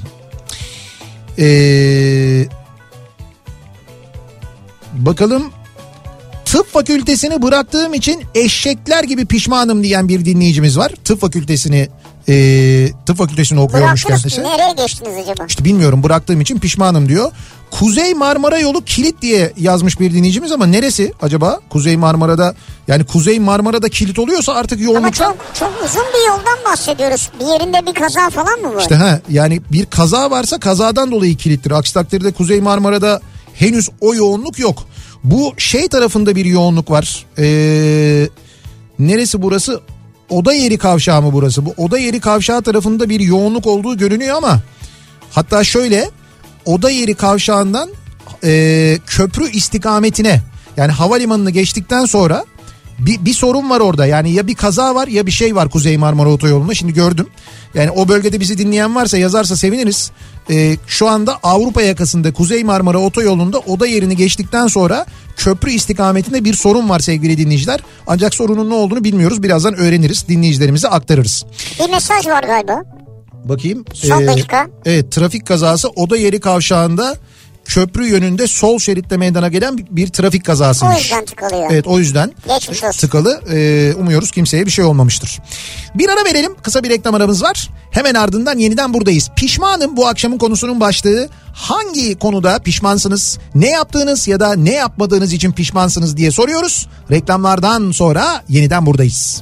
C: Bakalım. Tıp fakültesini bıraktığım için eşekler gibi pişmanım diyen bir dinleyicimiz var. Tıp fakültesini okuyormuş kendisi.
D: Nereye geçtiniz acaba?
C: İşte bilmiyorum, bıraktığım için pişmanım diyor. Kuzey Marmara yolu kilit diye yazmış bir dinleyicimiz ama neresi acaba? Kuzey Marmara'da, yani Kuzey Marmara'da kilit oluyorsa artık yoğunluktan...
D: Ama çok uzun bir yoldan bahsediyoruz. Bir yerinde bir kaza falan mı var?
C: İşte yani bir kaza varsa kazadan dolayı kilittir. Aksi takdirde Kuzey Marmara'da henüz o yoğunluk yok. Bu tarafında bir yoğunluk var. Neresi burası? Oda Yeri Kavşağı mı burası? Bu Oda Yeri Kavşağı tarafında bir yoğunluk olduğu görünüyor ama hatta şöyle, Oda Yeri Kavşağı'ndan köprü istikametine, yani havalimanını geçtikten sonra bir sorun var orada. Yani ya bir kaza var ya bir şey var Kuzey Marmara Otoyolu'nda. Şimdi gördüm. Yani o bölgede bizi dinleyen varsa yazarsa seviniriz. Şu anda Avrupa yakasında Kuzey Marmara Otoyolu'nda Oda Yeri'ni geçtikten sonra köprü istikametinde bir sorun var sevgili dinleyiciler. Ancak sorunun ne olduğunu bilmiyoruz. Birazdan öğreniriz. Dinleyicilerimize aktarırız.
D: Bir mesaj var galiba.
C: Bakayım.
D: Son dakika.
C: Evet, trafik kazası Oda Yeri Kavşağı'nda köprü yönünde sol şeritte meydana gelen bir trafik kazasıymış.
D: O yüzden tıkalıyor.
C: Evet, o yüzden tıkalı. Umuyoruz kimseye bir şey olmamıştır. Bir ara verelim. Kısa bir reklam aramız var. Hemen ardından yeniden buradayız. Pişmanım bu akşamın konusunun başlığı. Hangi konuda pişmansınız? Ne yaptığınız ya da ne yapmadığınız için pişmansınız diye soruyoruz. Reklamlardan sonra yeniden buradayız.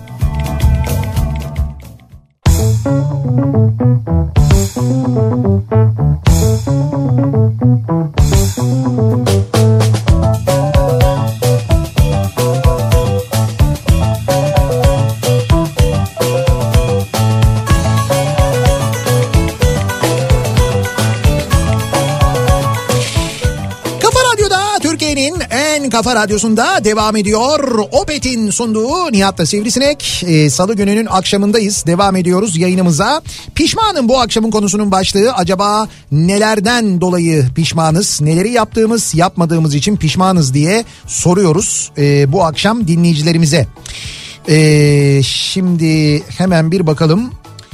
C: Kafa Radyosu'nda devam ediyor. Opet'in sunduğu Nihat'la Sivrisinek. Salı gününün akşamındayız. Devam ediyoruz yayınımıza. Pişmanım bu akşamın konusunun başlığı. Acaba nelerden dolayı pişmanız? Neleri yaptığımız, yapmadığımız için pişmanız diye soruyoruz bu akşam dinleyicilerimize. Şimdi hemen bir bakalım.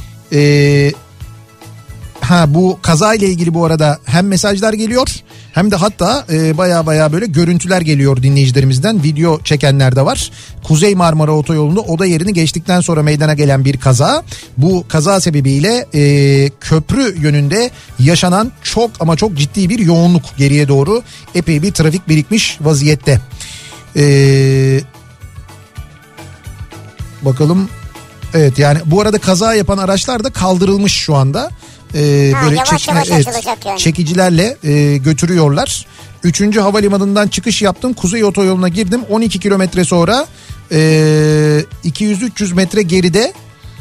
C: Bu kazayla ilgili bu arada hem mesajlar geliyor hem de hatta baya böyle görüntüler geliyor dinleyicilerimizden. Video çekenler de var. Kuzey Marmara Otoyolu'nda Oda Yeri'ni geçtikten sonra meydana gelen bir kaza. Bu kaza sebebiyle köprü yönünde yaşanan çok ama çok ciddi bir yoğunluk, geriye doğru epey bir trafik birikmiş vaziyette. Bakalım. Evet, yani bu arada kaza yapan araçlar da kaldırılmış şu anda. Böyle
D: yavaş yani.
C: Çekicilerle götürüyorlar. 3. havalimanından çıkış yaptım. Kuzey Otoyolu'na girdim. 12 kilometre sonra 200-300 metre geride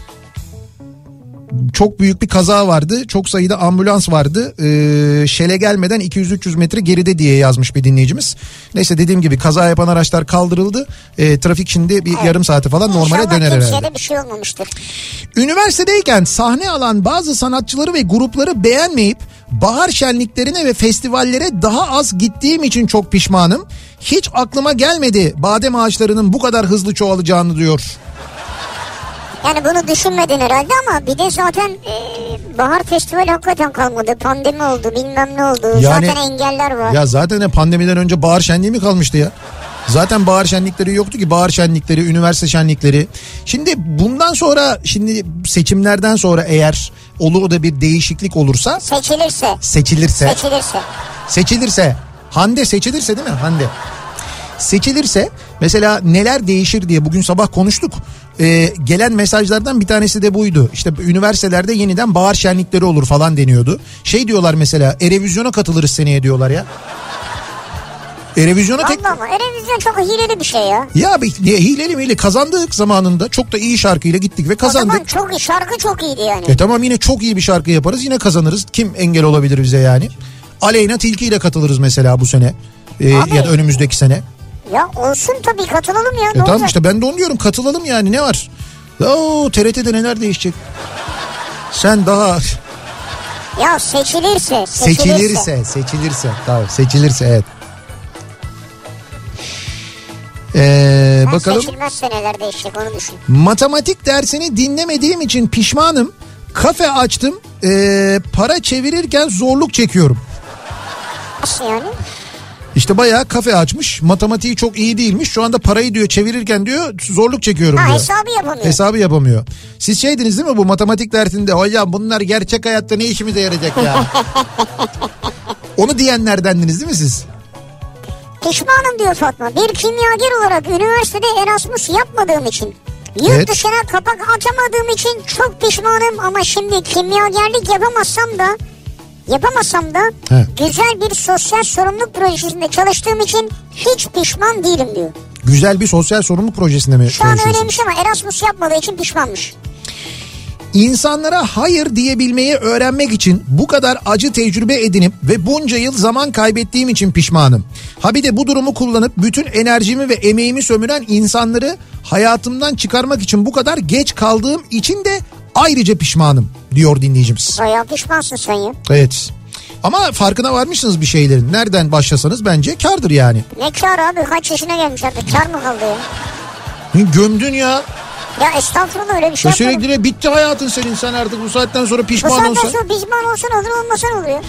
C: çok büyük bir kaza vardı. Çok sayıda ambulans vardı. Şele gelmeden 200-300 metre geride diye yazmış bir dinleyicimiz. Neyse, dediğim gibi kaza yapan araçlar kaldırıldı. Trafik şimdi bir yarım saati falan normale döner herhalde.
D: İnşallah kimseye de bir şey olmamıştır.
C: Üniversitedeyken sahne alan bazı sanatçıları ve grupları beğenmeyip bahar şenliklerine ve festivallere daha az gittiğim için çok pişmanım. Hiç aklıma gelmedi badem ağaçlarının bu kadar hızlı çoğalacağını diyor.
D: Yani bunu düşünmedin herhalde ama bir de zaten bahar festivali hakikaten kalmadı. Pandemi oldu, bilmem ne oldu. Yani, zaten engeller var.
C: Ya zaten pandemiden önce bahar şenliği mi kalmıştı ya? Zaten bahar şenlikleri yoktu ki, bahar şenlikleri, üniversite şenlikleri. Şimdi bundan sonra, şimdi seçimlerden sonra eğer olur da bir değişiklik olursa. Seçilirse. Hande seçilirse değil mi? Hande. Seçilirse Mesela neler değişir diye bugün sabah konuştuk. Gelen mesajlardan bir tanesi de buydu. İşte üniversitelerde yeniden bahar şenlikleri olur falan deniyordu. Şey diyorlar mesela, Erevizyon'a katılırız seneye diyorlar ya. Erevizyon'a tek...
D: Ama Erevizyon çok hileli bir şey ya.
C: Ya hileli miydi? Kazandık zamanında. Çok da iyi şarkıyla gittik ve kazandık.
D: O zaman çok iyi, şarkı çok iyiydi yani.
C: Tamam, yine çok iyi bir şarkı yaparız, yine kazanırız. Kim engel olabilir bize yani? Aleyna Tilki ile katılırız mesela bu sene. Ya da önümüzdeki sene.
D: Ya olsun tabii, katılalım ya.
C: Tamam olacak? İşte ben de onu diyorum, katılalım yani, ne var? TRT'de neler değişecek? Sen daha...
D: Ya seçilirse.
C: Tamam, seçilirse evet. Bakalım.
D: Seçilmezse neler değişecek onu düşün.
C: Matematik dersini dinlemediğim için pişmanım. Kafe açtım. Para çevirirken zorluk çekiyorum.
D: Nasıl yani?
C: İşte bayağı kafe açmış. Matematiği çok iyi değilmiş. Şu anda parayı diyor çevirirken diyor zorluk çekiyorum diyor. Hesabı yapamıyor. Siz şeydiniz değil mi bu matematik dersinde? Hocam bunlar gerçek hayatta ne işimize yarayacak ya? Onu diyenlerdendiniz değil mi siz?
D: Pişmanım diyor Fatma. Bir kimyager olarak üniversitede Erasmus yapmadığım için, yurt dışına kapak açamadığım için çok pişmanım ama şimdi kimyagerlik yapamasam da güzel bir sosyal sorumluluk projesinde çalıştığım için hiç pişman değilim diyor.
C: Güzel bir sosyal sorumluluk projesinde mi
D: çalışıyorsun? Şu an öyleymiş ama Erasmus yapmadığı için pişmanmış.
C: İnsanlara hayır diyebilmeyi öğrenmek için bu kadar acı tecrübe edinip ve bunca yıl zaman kaybettiğim için pişmanım. Ha bir de bu durumu kullanıp bütün enerjimi ve emeğimi sömüren insanları hayatımdan çıkarmak için bu kadar geç kaldığım için de ayrıca pişmanım diyor dinleyicimiz.
D: Bayağı pişmansın sen ya.
C: Evet. Ama farkına varmışsınız bir şeylerin. Nereden başlasanız bence kârdır yani.
D: Ne kârı abi, kaç yaşına gelmiş artık, kâr mı kaldı ya?
C: Gömdün ya.
D: Ya estağfurullah, öyle bir şey yapmadım.
C: Sürekli bitti hayatın senin, sen artık bu saatten sonra pişman olsan.
D: Bu saatten sonra pişman olsan olur, olmasan oluyor.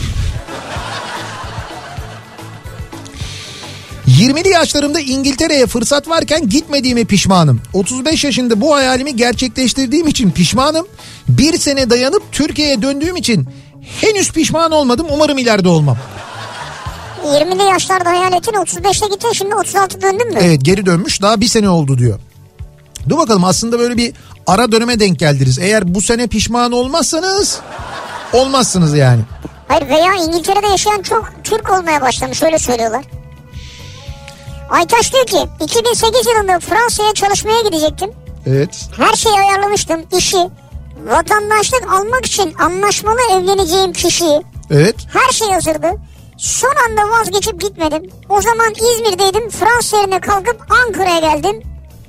C: 20'li yaşlarımda İngiltere'ye fırsat varken gitmediğime pişmanım. 35 yaşında bu hayalimi gerçekleştirdiğim için pişmanım. Bir sene dayanıp Türkiye'ye döndüğüm için henüz pişman olmadım. Umarım ileride olmam.
D: 20'li yaşlarda hayal ettin, 35'te gittin, şimdi 36 döndün mü?
C: Evet, geri dönmüş, daha bir sene oldu diyor. Dur bakalım, aslında böyle bir ara döneme denk geldiniz. Eğer bu sene pişman olmazsanız olmazsınız yani.
D: Hayır, veya İngiltere'de yaşayan çok Türk olmaya başlamış, öyle söylüyorlar. Aytaş diyor ki 2008 yılında Fransa'ya çalışmaya gidecektim.
C: Evet.
D: Her şeyi ayarlamıştım, işi, vatandaşlık almak için anlaşmalı evleneceğim kişiyi.
C: Evet.
D: Her şey hazırdı. Son anda vazgeçip gitmedim. O zaman İzmir'deydim, Fransa yerine kalkıp Ankara'ya geldim.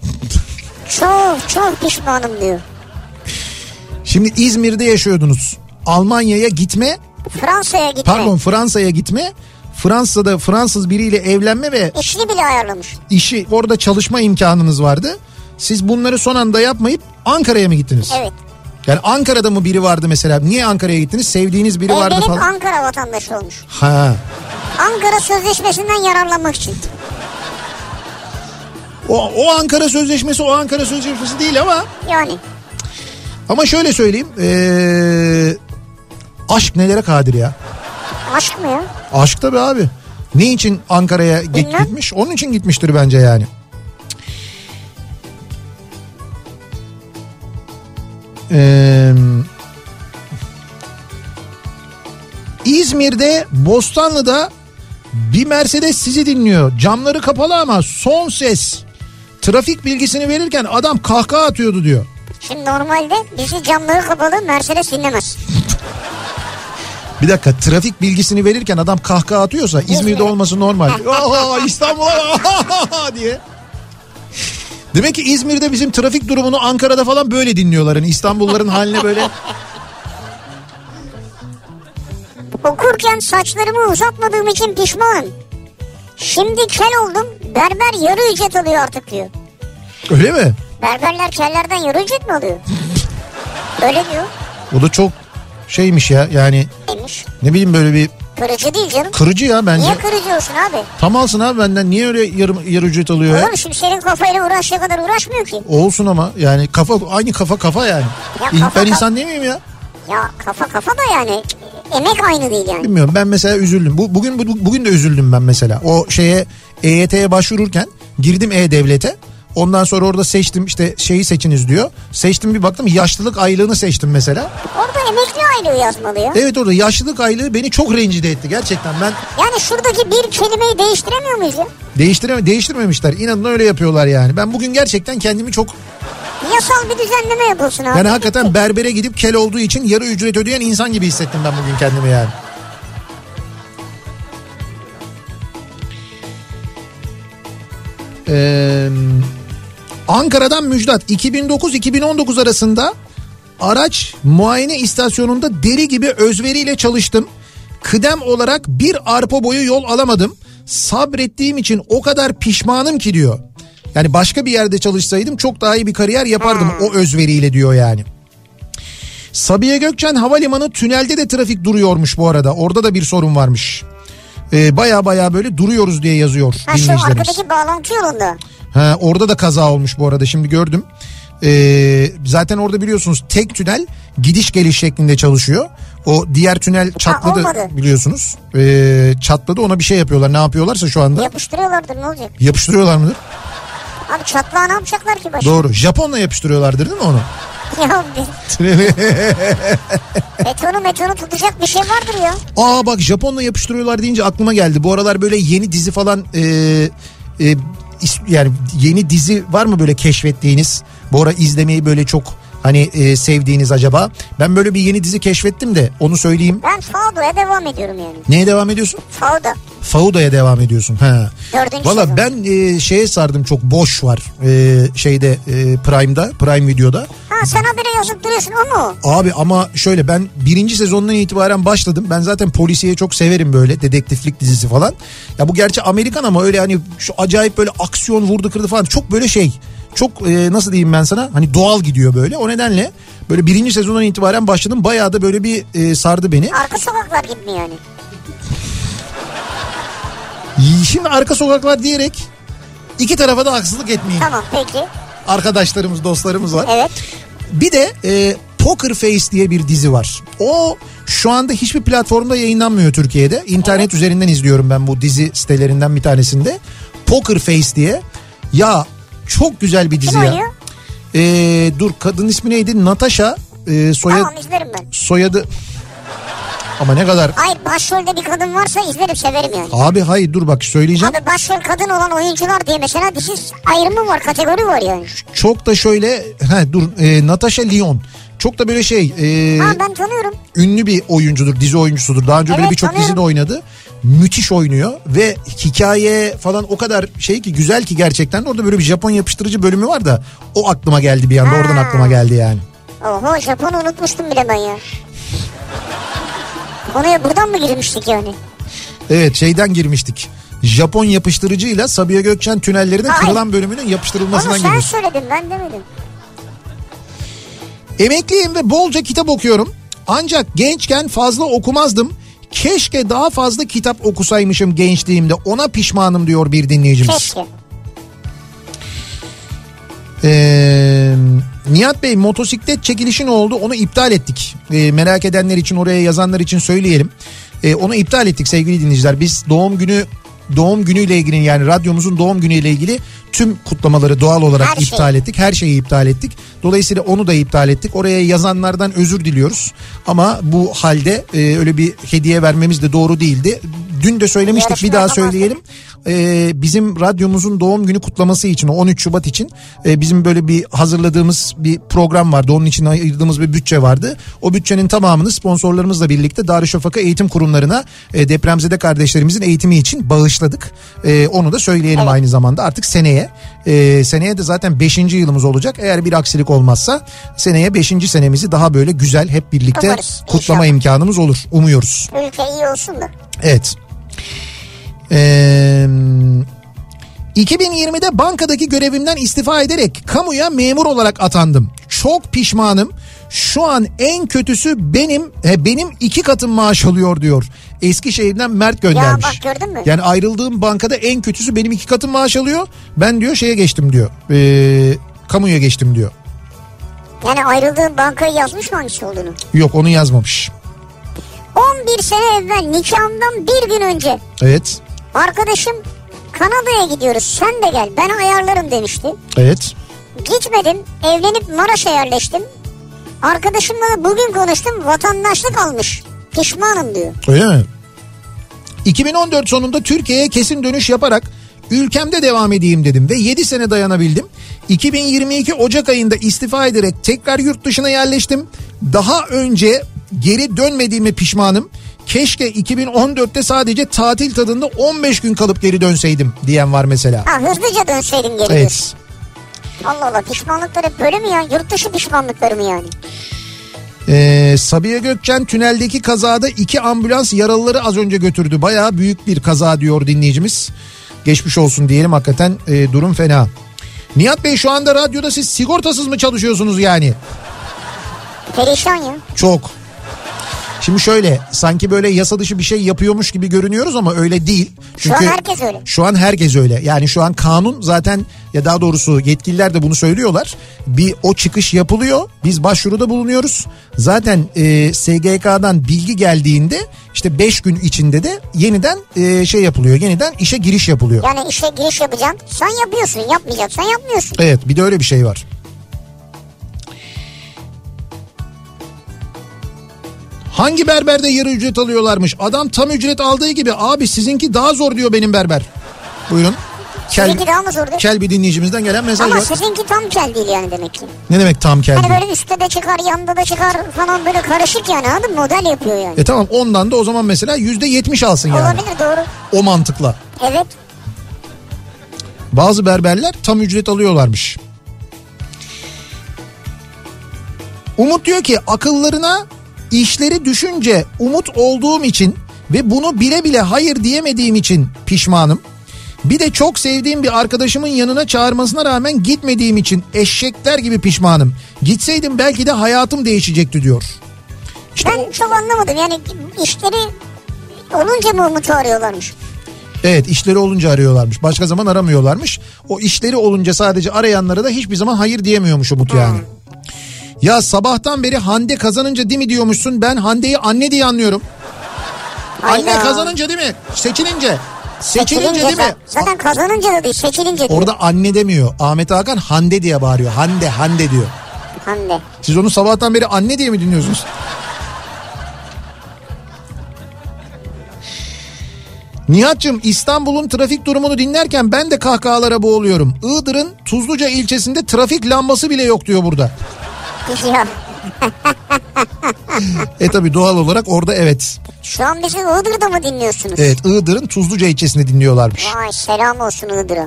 D: Çok pişmanım diyor.
C: Şimdi İzmir'de yaşıyordunuz. Almanya'ya gitme. Fransa'ya gitme. Fransa'da Fransız biriyle evlenme ve...
D: İşini bile ayarlamış.
C: Orada çalışma imkanınız vardı. Siz bunları son anda yapmayıp Ankara'ya mı gittiniz?
D: Evet.
C: Yani Ankara'da mı biri vardı mesela? Niye Ankara'ya gittiniz? Sevdiğiniz biri vardı falan.
D: Evlenip Ankara vatandaşı olmuş.
C: Ha.
D: Ankara Sözleşmesi'nden yararlanmak için.
C: O Ankara Sözleşmesi değil ama.
D: Yani.
C: Ama şöyle söyleyeyim. Aşk nelere kadir ya.
D: Aşk mı ya?
C: Aşk tabii abi. Ne için Ankara'ya gitmiş? Onun için gitmiştir bence yani. İzmir'de Bostanlı'da bir Mercedes sizi dinliyor. Camları kapalı ama son ses. Trafik bilgisini verirken adam kahkaha atıyordu diyor.
D: Şimdi normalde bizi camları kapalı Mercedes dinlemez.
C: Bir dakika, trafik bilgisini verirken adam kahkaha atıyorsa İzmir'de olması normal. İstanbul'a diye. Demek ki İzmir'de bizim trafik durumunu Ankara'da falan böyle dinliyorlar. Yani İstanbulluların haline böyle.
D: Okurken saçlarımı uzatmadığım için pişmanım. Şimdi kel oldum, berber yarı ücret alıyor artık diyor.
C: Öyle mi?
D: Berberler kellerden yarı ücret mi alıyor? Öyle diyor.
C: O da çok şeymiş ya yani.
D: Neymiş?
C: Ne bileyim, böyle bir...
D: Kırıcı değil canım.
C: Kırıcı ya bence.
D: Niye kırıcı olsun abi?
C: Tam alsın abi benden, niye öyle yarı ücret alıyor ya?
D: Oğlum şimdi senin kafayla uğraştığı kadar uğraşmıyor ki.
C: Olsun ama yani aynı kafa yani. Ben insan değil miyim ya?
D: Ya kafa da yani emek aynı değil yani.
C: Bilmiyorum, ben mesela üzüldüm. Bugün de üzüldüm ben mesela. O EYT'ye başvururken Girdim E-Devlet'e. Ondan sonra orada seçtim, işte şeyi seçiniz diyor. Seçtim, bir baktım yaşlılık aylığını seçtim mesela.
D: Orada emekli aylığı yazmalı ya.
C: Evet, orada yaşlılık aylığı beni çok rencide etti gerçekten. Ben
D: Yani şuradaki bir kelimeyi değiştiremiyor muyuz ya?
C: Değiştirmemişler. İnadına öyle yapıyorlar yani. Ben bugün gerçekten kendimi çok...
D: Yasal bir düzenleme yapılsın abi.
C: Yani hakikaten berbere gidip kel olduğu için yarı ücret ödeyen insan gibi hissettim ben bugün kendimi yani. Ankara'dan Müjdat, 2009-2019 arasında araç muayene istasyonunda deli gibi özveriyle çalıştım. Kıdem olarak bir arpa boyu yol alamadım. Sabrettiğim için o kadar pişmanım ki diyor. Yani başka bir yerde çalışsaydım çok daha iyi bir kariyer yapardım o özveriyle diyor yani. Sabiha Gökçen Havalimanı tünelde de trafik duruyormuş bu arada. Orada da bir sorun varmış. Baya böyle duruyoruz diye yazıyor dinleyicilerimiz.
D: Şu arkadaki bağlantı yolunda.
C: Orada da kaza olmuş bu arada, şimdi gördüm. Zaten orada biliyorsunuz tek tünel gidiş geliş şeklinde çalışıyor. O diğer tünel çatladı biliyorsunuz. Çatladı, ona bir şey yapıyorlar, ne yapıyorlarsa şu anda.
D: Yapıştırıyorlardır, ne olacak?
C: Yapıştırıyorlar mıdır?
D: Abi çatlağı ne yapacaklar ki başka?
C: Doğru, Japonla yapıştırıyorlardır değil mi onu?
D: Ya betonu tutacak bir şey vardır ya.
C: Bak Japonla yapıştırıyorlar deyince aklıma geldi. Bu aralar böyle yeni dizi falan yani yeni dizi var mı böyle keşfettiğiniz? Bu ara izlemeyi böyle çok hani sevdiğiniz acaba? Ben böyle bir yeni dizi keşfettim de onu söyleyeyim.
D: Ben Fauda'ya devam ediyorum yani.
C: Neye devam ediyorsun? Fauda'ya devam ediyorsun. Valla ben şeye sardım, çok boş var şeyde Prime'da, Prime Video'da.
D: Sen habire yazıp duruyorsun, o mu?
C: Abi ama şöyle, ben 1. sezondan itibaren başladım. Ben zaten polisiye çok severim, böyle dedektiflik dizisi falan. Ya bu gerçi Amerikan ama öyle hani şu acayip böyle aksiyon vurdu kırdı falan, çok böyle şey. Çok nasıl diyeyim ben sana, hani doğal gidiyor böyle. O nedenle böyle 1. sezondan itibaren başladım. Bayağı da böyle bir sardı beni.
D: Arka sokaklar gibi mi yani?
C: Şimdi arka sokaklar diyerek iki tarafa da haksızlık etmeyeyim.
D: Tamam, peki.
C: Arkadaşlarımız, dostlarımız var.
D: Evet.
C: Bir de Poker Face diye bir dizi var. O şu anda hiçbir platformda yayınlanmıyor Türkiye'de. İnternet üzerinden izliyorum ben, bu dizi sitelerinden bir tanesinde. Poker Face diye. Ya çok güzel bir dizi.
D: Kim oynuyor?
C: Dur, kadın ismi neydi? Natasha.
D: Tamam, izlerim ben.
C: Soyadı... Ama ne kadar...
D: Hayır, başrolde bir kadın varsa izlerim, severim yani.
C: Abi hayır, dur bak söyleyeceğim.
D: Abi başrol kadın olan oyuncular diye mesela dizi ayrımı var, kategori var yani.
C: Çok da şöyle... Natasha Lyonne. Çok da böyle şey...
D: ben tanıyorum.
C: Ünlü bir oyuncudur, dizi oyuncusudur. Daha önce böyle birçok dizide oynadı. Müthiş oynuyor ve hikaye falan o kadar şey ki, güzel ki gerçekten. Orada böyle bir Japon yapıştırıcı bölümü var da o aklıma geldi bir anda. Oradan aklıma geldi yani.
D: Oho, Japon'u unutmuştum bile ben ya. Konuya buradan mı girmiştik yani?
C: Evet, şeyden girmiştik. Japon yapıştırıcıyla Sabiha Gökçen tünellerinin kırılan bölümünün yapıştırılmasından girmiştik.
D: Onu sen söyledin, ben demedim.
C: Emekliyim ve bolca kitap okuyorum. Ancak gençken fazla okumazdım. Keşke daha fazla kitap okusaymışım gençliğimde. Ona pişmanım diyor bir dinleyicimiz.
D: Keşke.
C: Nihat Bey, motosiklet çekilişi ne oldu? Onu iptal ettik. Merak edenler için, oraya yazanlar için söyleyelim. Onu iptal ettik sevgili dinleyiciler. Biz doğum günüyle ilgili, yani radyomuzun doğum günüyle ilgili tüm kutlamaları doğal olarak iptal ettik. Her şeyi iptal ettik. Dolayısıyla onu da iptal ettik. Oraya yazanlardan özür diliyoruz. Ama bu halde öyle bir hediye vermemiz de doğru değildi. Dün de söylemiştik, bir daha söyleyelim. Bizim radyomuzun doğum günü kutlaması için, 13 Şubat için bizim böyle bir hazırladığımız bir program vardı. Onun için ayırdığımız bir bütçe vardı. O bütçenin tamamını sponsorlarımızla birlikte Darüşşafaka eğitim kurumlarına depremzede kardeşlerimizin eğitimi için bağışladık. Onu da söyleyelim aynı zamanda. Artık seneye de zaten 5. yılımız olacak. Eğer bir aksilik olmazsa seneye 5. senemizi daha böyle güzel hep birlikte
D: umarız,
C: kutlama imkanımız olur. Umuyoruz.
D: Ülke iyi olsun da.
C: Evet. 2020'de bankadaki görevimden istifa ederek kamuya memur olarak atandım. Çok pişmanım. Şu an en kötüsü benim 2 katım maaş alıyor diyor. Eskişehir'den Mert göndermiş.
D: Ya bak, gördün mü?
C: Yani ayrıldığım bankada en kötüsü benim 2 katım maaş alıyor. Ben diyor şeye geçtim diyor. Kamuya geçtim diyor.
D: Yani ayrıldığın bankayı yazmış mı hangisi olduğunu?
C: Yok, onu yazmamış.
D: 11 sene evvel nikahımdan bir gün önce.
C: Evet.
D: Arkadaşım Kanada'ya gidiyoruz sen de gel ben ayarlarım demişti.
C: Evet.
D: Gitmedim, evlenip Maraş'a yerleştim. Arkadaşımla da bugün konuştum, vatandaşlık almış. Pişmanım diyor.
C: Öyle mi? 2014 sonunda Türkiye'ye kesin dönüş yaparak ülkemde devam edeyim dedim ve 7 sene dayanabildim. 2022 Ocak ayında istifa ederek tekrar yurt dışına yerleştim. Daha önce geri dönmediğime pişmanım. Keşke 2014'te sadece tatil tadında 15 gün kalıp geri dönseydim diyen var mesela.
D: Ha, hızlıca dönseydin geri.
C: Evet.
D: Allah Allah, pişmanlıklar hep böyle mi ya? Yurt dışı pişmanlıkları mı yani?
C: Sabiha Gökçen tüneldeki kazada 2 ambulans yaralıları az önce götürdü. Bayağı büyük bir kaza diyor dinleyicimiz. Geçmiş olsun diyelim, hakikaten durum fena. Nihat Bey, şu anda radyoda siz sigortasız mı çalışıyorsunuz yani?
D: Perişan ya.
C: Çok. Şimdi şöyle, sanki böyle yasa dışı bir şey yapıyormuş gibi görünüyoruz ama öyle değil. Çünkü
D: şu an herkes öyle.
C: Şu an herkes öyle. Yani şu an kanun zaten, ya daha doğrusu yetkililer de bunu söylüyorlar. Bir o çıkış yapılıyor. Biz başvuruda bulunuyoruz. Zaten SGK'dan bilgi geldiğinde işte 5 gün içinde de yeniden şey yapılıyor. Yeniden işe giriş yapılıyor.
D: Yani işe giriş yapacaksın. Sen yapıyorsun, yapmayacaksan yapmıyorsun.
C: Evet, bir de öyle bir şey var. Hangi berberde yarı ücret alıyorlarmış? Adam tam ücret aldığı gibi, abi sizinki daha zor diyor benim berber. Buyurun.
D: Sizinki daha mı zordu?
C: Kel bir dinleyicimizden gelen mesaj
D: ama
C: var.
D: Ama sizinki tam kel değil yani demek ki.
C: Ne demek tam kel
D: hani
C: değil?
D: böyle üstte de çıkar, yanında da çıkar falan, böyle karışık yani, anladın mı? Model yapıyor yani.
C: Tamam, ondan da o zaman mesela %70 alsın yani.
D: Olabilir, doğru.
C: O mantıkla.
D: Evet.
C: Bazı berberler tam ücret alıyorlarmış. Umut diyor ki akıllarına işleri düşünce umut olduğum için ve bunu bile bile hayır diyemediğim için pişmanım. Bir de çok sevdiğim bir arkadaşımın yanına çağırmasına rağmen gitmediğim için eşekler gibi pişmanım. Gitseydim belki de hayatım değişecekti diyor.
D: İşte ben çok anlamadım yani, işleri olunca mı Umut'u arıyorlarmış?
C: Evet, işleri olunca arıyorlarmış. Başka zaman aramıyorlarmış. O işleri olunca sadece arayanlara da hiçbir zaman hayır diyemiyormuş Umut yani. Ya sabahtan beri Hande kazanınca değil mi diyormuşsun? Ben Hande'yi anne diye anlıyorum. Hayda. Anne kazanınca değil mi? Seçilince değil mi?
D: Zaten kazanınca da değil, seçilince diyor.
C: Orada anne demiyor. Ahmet Hakan Hande diye bağırıyor. Hande diyor.
D: Hande.
C: Siz onu sabahtan beri anne diye mi dinliyorsunuz? Nihat'cığım, İstanbul'un trafik durumunu dinlerken ben de kahkahalara boğuluyorum. Iğdır'ın Tuzluca ilçesinde trafik lambası bile yok diyor burada.
D: Ya.
C: Tabi doğal olarak orada evet.
D: Şu an bizi Iğdır'da mı dinliyorsunuz?
C: Evet, Iğdır'ın Tuzluca ilçesinde dinliyorlarmış.
D: Vay, selam olsun Iğdır'a.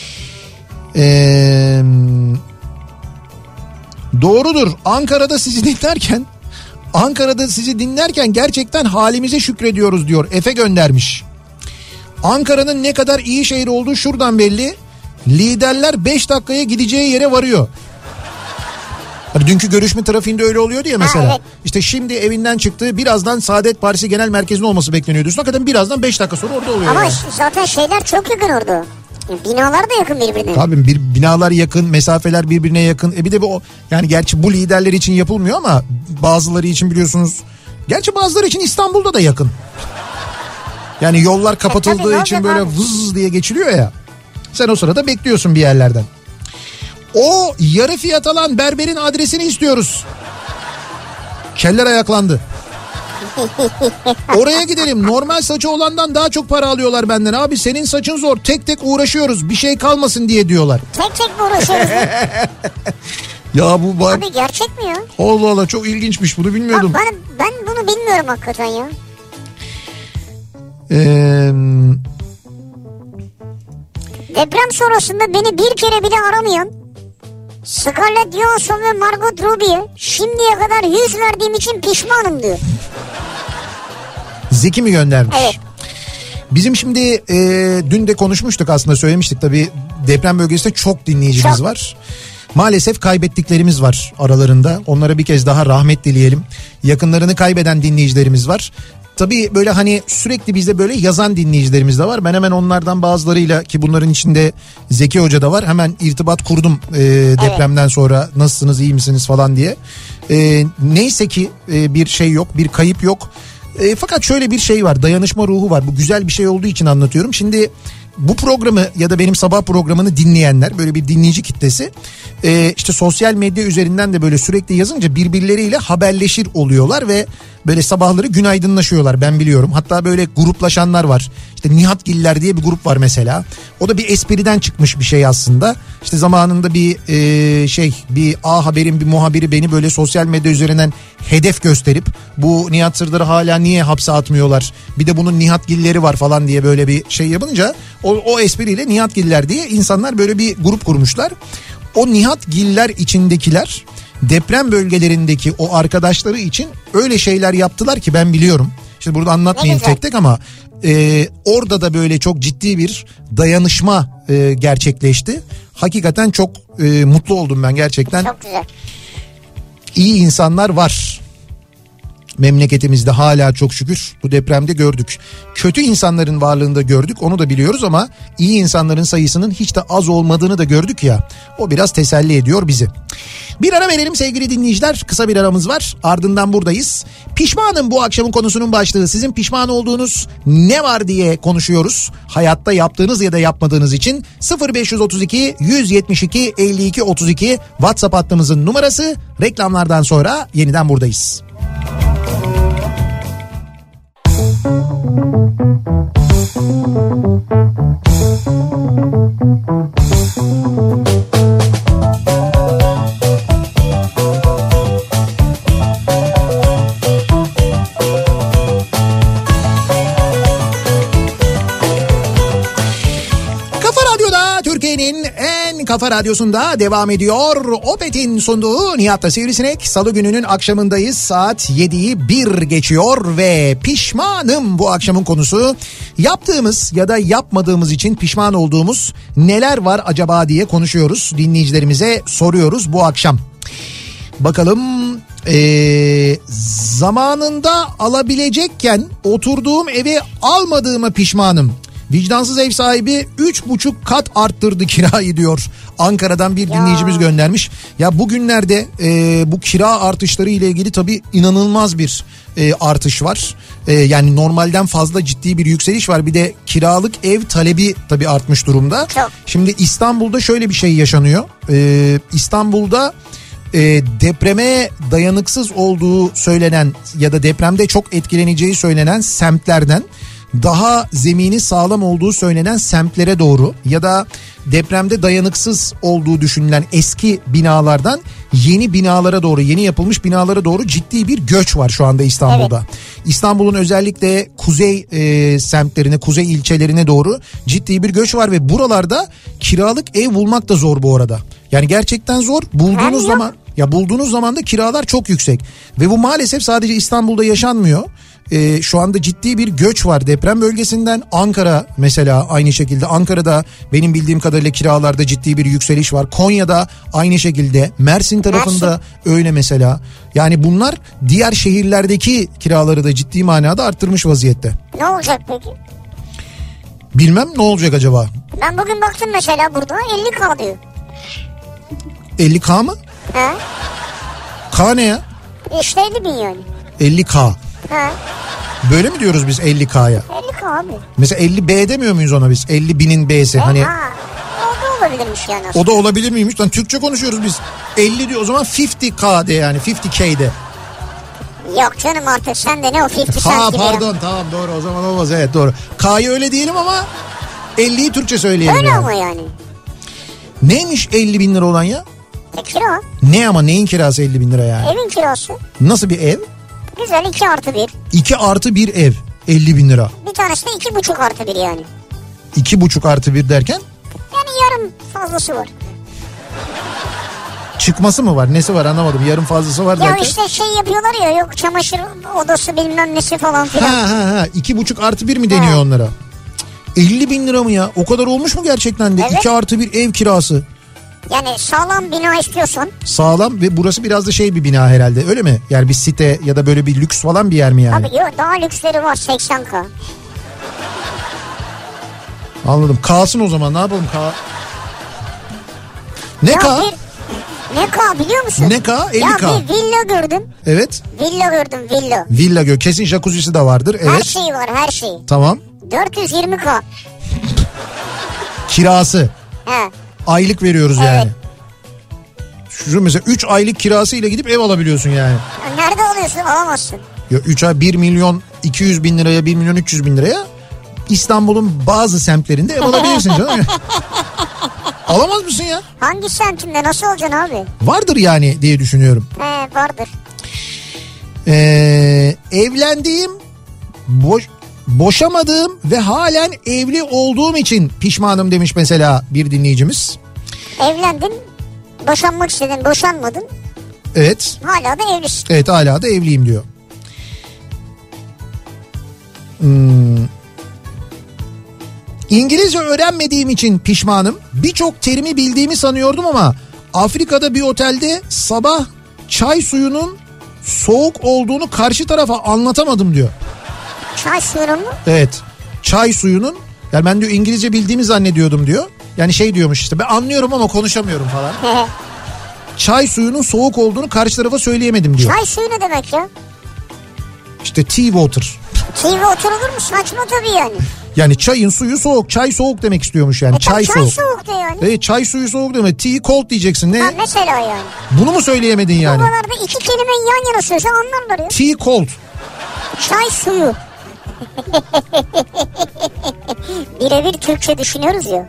C: Doğrudur, Ankara'da sizi dinlerken gerçekten halimize şükrediyoruz diyor. Efe göndermiş. Ankara'nın ne kadar iyi şehir olduğu şuradan belli. Liderler 5 dakikaya gideceği yere varıyor. Hani dünkü görüşme trafiğinde öyle oluyordu ya mesela. Ha, evet. İşte şimdi evinden çıktı, birazdan Saadet Partisi Genel Merkezi'nin olması bekleniyordu. Hakikaten birazdan 5 dakika sonra orada oluyor.
D: Ama
C: yani.
D: Zaten şeyler çok yakın orada. Binalar da yakın birbirine.
C: Tabii binalar yakın, mesafeler birbirine yakın. Bir de bu, yani gerçi bu liderler için yapılmıyor ama bazıları için biliyorsunuz. Gerçi bazıları için İstanbul'da da yakın. Yani yollar kapatıldığı için böyle vız diye geçiliyor ya. Sen o sırada bekliyorsun bir yerlerden. O yarı fiyat alan berberin adresini istiyoruz. Keller ayaklandı. Oraya gidelim. Normal saçı olandan daha çok para alıyorlar benden. Abi senin saçın zor. Tek tek uğraşıyoruz. Bir şey kalmasın diye diyorlar.
D: Tek mi uğraşıyoruz?
C: Ya bu bak.
D: Abi gerçek mi ya?
C: Allah Allah, çok ilginçmiş, bunu bilmiyordum.
D: Bak, ben bunu bilmiyorum hakikaten ya. Deprem sonrasında beni bir kere bile aramayan Scarlett Johansson ve Margot Robbie'ye şimdiye kadar 100 verdiğim için pişmanım diyor.
C: Zeki mi göndermiş?
D: Evet.
C: Bizim şimdi dün de konuşmuştuk, aslında söylemiştik tabii, deprem bölgesinde çok dinleyicimiz var. Maalesef kaybettiklerimiz var aralarında. Onlara bir kez daha rahmet dileyelim. Yakınlarını kaybeden dinleyicilerimiz var. Tabii böyle hani sürekli bize böyle yazan dinleyicilerimiz de var. Ben hemen onlardan bazılarıyla, ki bunların içinde Zeki Hoca da var, hemen irtibat kurdum depremden sonra, nasılsınız, iyi misiniz falan diye. Neyse ki bir şey yok, bir kayıp yok. Fakat şöyle bir şey var, dayanışma ruhu var. Bu güzel bir şey olduğu için anlatıyorum. Şimdi bu programı ya da benim sabah programını dinleyenler, böyle bir dinleyici kitlesi işte sosyal medya üzerinden de böyle sürekli yazınca birbirleriyle haberleşir oluyorlar ve böyle sabahları günaydınlaşıyorlar, ben biliyorum. Hatta böyle gruplaşanlar var. İşte Nihatgiller diye bir grup var mesela. O da bir espriden çıkmış bir şey aslında. İşte zamanında bir bir A Haber'in bir muhabiri beni böyle sosyal medya üzerinden hedef gösterip bu Nihat Sırdar'ı hala niye hapse atmıyorlar, bir de bunun Nihatgilleri var falan diye böyle bir şey yapınca o espriyle Nihatgiller diye insanlar böyle bir grup kurmuşlar. O Nihatgiller içindekiler deprem bölgelerindeki o arkadaşları için öyle şeyler yaptılar ki ben biliyorum. İşte burada anlatmayayım tek tek ama orada da böyle çok ciddi bir dayanışma gerçekleşti. Hakikaten çok mutlu oldum ben gerçekten.
D: Çok güzel.
C: İyi insanlar var memleketimizde hala, çok şükür bu depremde gördük. Kötü insanların varlığını da gördük, onu da biliyoruz ama iyi insanların sayısının hiç de az olmadığını da gördük ya, o biraz teselli ediyor bizi. Bir ara verelim sevgili dinleyiciler, kısa bir aramız var, ardından buradayız. Pişmanım bu akşamın konusunun başlığı. Sizin pişman olduğunuz ne var diye konuşuyoruz. Hayatta yaptığınız ya da yapmadığınız için 0532 172 52 32 WhatsApp hattımızın numarası. Reklamlardan sonra yeniden buradayız. Kafa Radyosu'nda devam ediyor. Opet'in sunduğu Nihat'la Sivrisinek. Salı gününün akşamındayız. Saat 7'yi 1 geçiyor ve pişmanım bu akşamın konusu. Yaptığımız ya da yapmadığımız için pişman olduğumuz neler var acaba diye konuşuyoruz. Dinleyicilerimize soruyoruz bu akşam. Bakalım zamanında alabilecekken oturduğum evi almadığıma pişmanım. Vicdansız ev sahibi 3,5 kat arttırdı kirayı diyor. Ankara'dan bir dinleyicimiz göndermiş. Ya bugünlerde bu kira artışları ile ilgili tabii inanılmaz bir artış var. Yani normalden fazla ciddi bir yükseliş var. Bir de kiralık ev talebi tabii artmış durumda. Şimdi İstanbul'da şöyle bir şey yaşanıyor. İstanbul'da depreme dayanıksız olduğu söylenen ya da depremde çok etkileneceği söylenen semtlerden daha zemini sağlam olduğu söylenen semtlere doğru ya da depremde dayanıksız olduğu düşünülen eski binalardan yeni binalara doğru, yeni yapılmış binalara doğru ciddi bir göç var şu anda İstanbul'da. Evet. İstanbul'un özellikle kuzey semtlerine, kuzey ilçelerine doğru ciddi bir göç var ve buralarda kiralık ev bulmak da zor bu arada. Yani gerçekten zor. Bulduğunuz zaman da kiralar çok yüksek ve bu maalesef sadece İstanbul'da yaşanmıyor. Şu anda ciddi bir göç var deprem bölgesinden. Ankara mesela aynı şekilde. Ankara'da benim bildiğim kadarıyla kiralarda ciddi bir yükseliş var. Konya'da aynı şekilde. Mersin tarafında öyle mesela. Yani bunlar diğer şehirlerdeki kiraları da ciddi manada arttırmış vaziyette.
D: Ne olacak peki?
C: Bilmem ne olacak acaba.
D: Ben bugün baktım mesela burada 50K diyor.
C: 50K mı?
D: He.
C: K ne ya?
D: İşte 50 bin yani.
C: 50K.
D: He.
C: Böyle mi diyoruz biz 50K'ya?
D: 50K abi.
C: Mesela 50B demiyor muyuz ona biz? 50 binin B'si. Hani...
D: O da olabilirmiş yani aslında.
C: O da olabilir miymiş? Lan Türkçe konuşuyoruz biz. 50 diyor o zaman 50K de yani 50K de.
D: Yok canım artık sen de ne o 50 cent gibi.
C: Pardon tamam doğru o zaman olmaz, evet doğru. K'yı öyle diyelim ama 50'yi Türkçe söyleyelim.
D: Öyle
C: yani.
D: Ama yani.
C: Neymiş 50 bin lira olan ya?
D: Kira.
C: Ne ama neyin kirası 50 bin lira yani?
D: Evin kirası.
C: Nasıl bir ev?
D: Güzel 2+1.
C: 2+1 ev 50 bin lira.
D: Bir tanesi de 2,5+1 yani.
C: 2,5+1 derken?
D: Yani yarım fazlası var.
C: Çıkması mı var? Nesi var anlamadım. Yarım fazlası var derken.
D: Ya işte şey yapıyorlar ya, yok çamaşır odası bilmem nesi falan filan.
C: Ha 2,5+1 mi deniyor onlara? 50 bin lira mı ya? O kadar olmuş mu gerçekten de? Evet. 2+1 ev kirası.
D: Yani sağlam bina istiyorsan.
C: Sağlam ve burası biraz da şey bir bina herhalde öyle mi? Yani bir site ya da böyle bir lüks falan bir yer mi yani?
D: Tabii yok, daha lüksleri var 80K.
C: Anladım. Kalsın o zaman, ne yapalım K? Ne
D: ya
C: K?
D: Ne K biliyor musun?
C: Ne K? 50K.
D: Ya bir villa gördüm.
C: Evet.
D: Villa gördüm, villa.
C: Villa gör. Kesin jacuzzi'si de vardır. Evet.
D: Her şeyi var, her şeyi.
C: Tamam.
D: 420K.
C: Kirası.
D: He.
C: Aylık veriyoruz yani. Şu mesela 3 aylık kirası ile gidip ev alabiliyorsun yani.
D: Nerede alıyorsun? Alamazsın.
C: Ya 3 ay 1 milyon 200 bin liraya 1 milyon 300 bin liraya İstanbul'un bazı semtlerinde ev alabilirsin canım. Alamaz mısın ya?
D: Hangi semtinde nasıl olacaksın abi?
C: Vardır yani diye düşünüyorum.
D: Vardır.
C: Evlendiğim, boşamadığım ve halen evli olduğum için pişmanım demiş mesela bir dinleyicimiz.
D: Evlendin, boşanmak istedin, boşanmadın.
C: Evet.
D: Hala da evlisin.
C: Evet, hala da evliyim diyor. İngilizce öğrenmediğim için pişmanım. Birçok terimi bildiğimi sanıyordum ama Afrika'da bir otelde sabah çay suyunun soğuk olduğunu karşı tarafa anlatamadım diyor.
D: Çay suyunun mu?
C: Evet. Çay suyunun, yani ben diyor İngilizce bildiğimi zannediyordum diyor. Yani şey diyormuş işte, ben anlıyorum ama konuşamıyorum falan. Çay suyunun soğuk olduğunu karşı tarafa söyleyemedim diyor.
D: Çay suyu ne demek ya?
C: İşte tea water.
D: Tea water olur mu? Saçma tabii yani.
C: Yani çayın suyu soğuk. Çay soğuk demek istiyormuş yani.
D: Çay soğuk de yani.
C: Evet, çay suyu soğuk demek. Tea cold diyeceksin. Ne?
D: Ha, mesela yani.
C: Bunu mu söyleyemedin yani?
D: Buralarda iki kelimeyi yan yana söylese anlarlar ya.
C: Tea cold.
D: Çay suyu. Birebir Türkçe düşünüyoruz ya.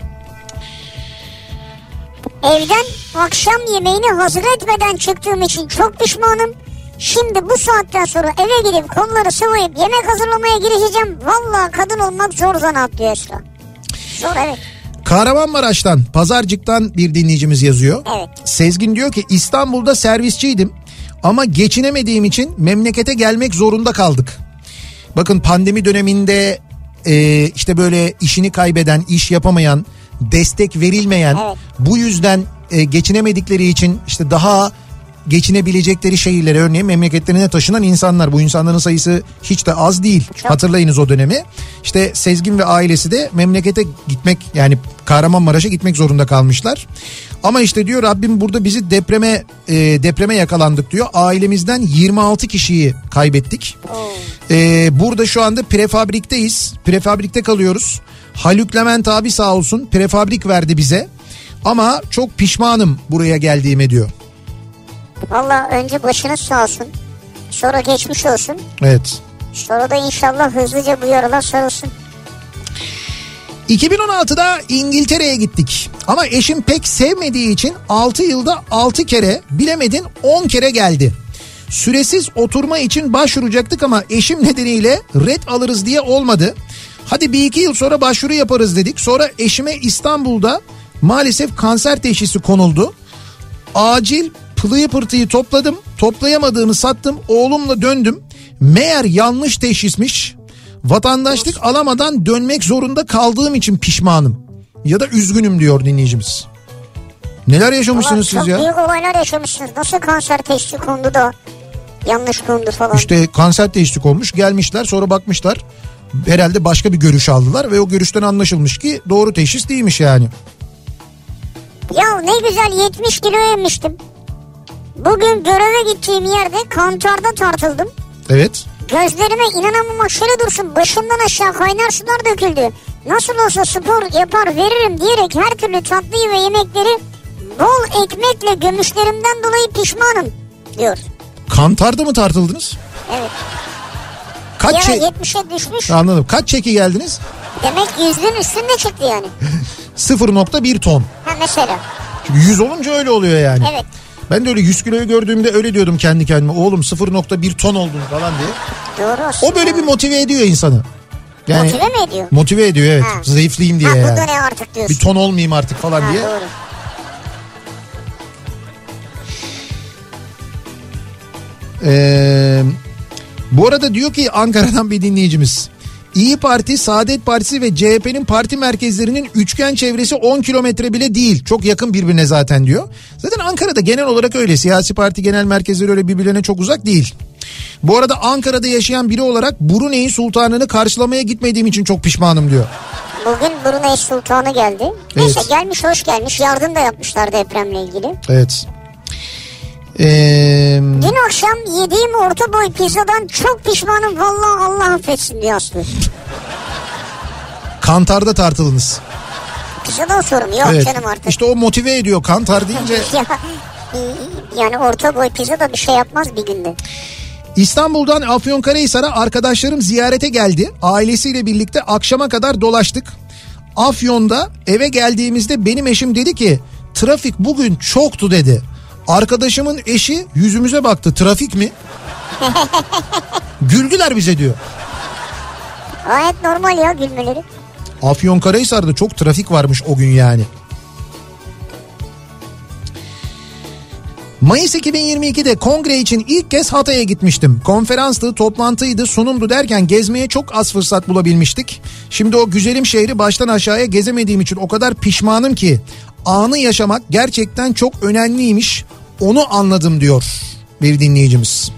D: Evden akşam yemeğini hazır etmeden çıktığım için çok pişmanım. Şimdi bu saatten sonra eve gidip kolları sıvayıp yemek hazırlamaya girişeceğim. Vallahi kadın olmak zor zanaat diyor Esra. Zor, evet.
C: Kahramanmaraş'tan, Pazarcık'tan bir dinleyicimiz yazıyor.
D: Evet.
C: Sezgin diyor ki İstanbul'da servisçiydim ama geçinemediğim için memlekete gelmek zorunda kaldık. Bakın pandemi döneminde işte böyle işini kaybeden, iş yapamayan, destek verilmeyen,
D: evet,
C: bu yüzden geçinemedikleri için işte daha geçinebilecekleri şehirlere, örneğin memleketlerine taşınan insanlar. Bu insanların sayısı hiç de az değil.
D: Çok.
C: Hatırlayınız o dönemi. İşte Sezgin ve ailesi de memlekete gitmek, yani Kahramanmaraş'a gitmek zorunda kalmışlar. Ama işte diyor Rabbim burada bizi depreme yakalandık diyor. Ailemizden 26 kişiyi kaybettik. Burada şu anda prefabrikteyiz. Prefabrikte kalıyoruz. Haluk Levent abi sağ olsun prefabrik verdi bize. Ama çok pişmanım buraya geldiğime diyor.
D: Valla önce başınız sağ olsun. Sonra geçmiş olsun.
C: Evet.
D: Sonra da inşallah hızlıca bu yaralar sarılsın.
C: 2016'da İngiltere'ye gittik. Ama eşim pek sevmediği için 6 yılda 6 kere, bilemedin 10 kere geldi. Süresiz oturma için başvuracaktık ama eşim nedeniyle red alırız diye olmadı. Hadi 1-2 yıl sonra başvuru yaparız dedik. Sonra eşime İstanbul'da maalesef kanser teşhisi konuldu. Acil pılıyı pırtıyı topladım. Toplayamadığımı sattım. Oğlumla döndüm. Meğer yanlış teşhismiş. Vatandaşlık alamadan dönmek zorunda kaldığım için pişmanım. Ya da üzgünüm diyor dinleyicimiz. Neler yaşamışsınız siz ya?
D: Çok büyük olaylar yaşamışsınız. Nasıl kanser teşhisi kondu da yanlış kondu falan.
C: İşte kanser teşhisi konmuş, gelmişler, sonra bakmışlar. Herhalde başka bir görüş aldılar ve o görüşten anlaşılmış ki doğru teşhis değilmiş yani.
D: Ya ne güzel 70 kilo yemiştim. Bugün göreve gittiğim yerde kantarda tartıldım.
C: Evet.
D: Gözlerime inanamamak şöyle dursun, başımdan aşağı kaynar sular döküldü. Nasıl olsa spor yapar veririm diyerek her türlü tatlıyı ve yemekleri bol ekmekle gömüşlerimden dolayı pişmanım diyor.
C: Kantarda mı tartıldınız?
D: Evet.
C: Kaç
D: Ya 70'e düşmüş.
C: Anladım. Kaç çeki geldiniz?
D: Demek 100'ün üstünde çıktı yani.
C: 0.1 ton.
D: Ha mesela.
C: Çünkü 100 olunca öyle oluyor yani.
D: Evet.
C: Ben de öyle 100 kiloyu gördüğümde öyle diyordum kendi kendime. Oğlum 0.1 ton oldun falan diye.
D: Doğru aslında.
C: O böyle bir motive ediyor insanı. Yani
D: motive mi ediyor?
C: Motive ediyor, evet.
D: Ha.
C: Zayıflayayım diye
D: ha,
C: yani.
D: Bu da ne artık diyorsun.
C: Bir ton olmayayım artık falan
D: ha,
C: diye.
D: Doğru.
C: Bu arada diyor ki Ankara'dan bir dinleyicimiz. İyi Parti, Saadet Partisi ve CHP'nin parti merkezlerinin üçgen çevresi 10 kilometre bile değil. Çok yakın birbirine zaten diyor. Zaten Ankara'da genel olarak öyle. Siyasi parti genel merkezleri öyle birbirlerine çok uzak değil. Bu arada Ankara'da yaşayan biri olarak Brunei Sultanı'nı karşılamaya gitmediğim için çok pişmanım diyor.
D: Bugün Brunei Sultanı geldi.
C: Evet.
D: Neyse gelmiş, hoş gelmiş. Yardım da yapmışlar depremle ilgili.
C: Evet.
D: Dün akşam yediğim orta boy pizzadan çok pişmanım. Vallahi Allah affetsin diyor Aslı.
C: Kantarda tartılınız.
D: Pizzadan sorum yok
C: Evet.
D: canım artık.
C: İşte o motive ediyor. Kantar deyince.
D: Yani orta boy pizza da bir şey yapmaz bir günde.
C: İstanbul'dan Afyonkarahisar'a arkadaşlarım ziyarete geldi. Ailesiyle birlikte akşama kadar dolaştık. Afyon'da eve geldiğimizde benim eşim dedi ki trafik bugün çoktu dedi. Arkadaşımın eşi yüzümüze baktı, trafik mi? Güldüler bize diyor.
D: Gayet normal ya gülmeleri.
C: Afyonkarahisar'da çok trafik varmış o gün yani. Mayıs 2022'de kongre için ilk kez Hatay'a gitmiştim. Konferanstı, toplantıydı, sunumdu derken gezmeye çok az fırsat bulabilmiştik. Şimdi o güzelim şehri baştan aşağıya gezemediğim için o kadar pişmanım ki anı yaşamak gerçekten çok önemliymiş. Onu anladım diyor bir dinleyicimiz.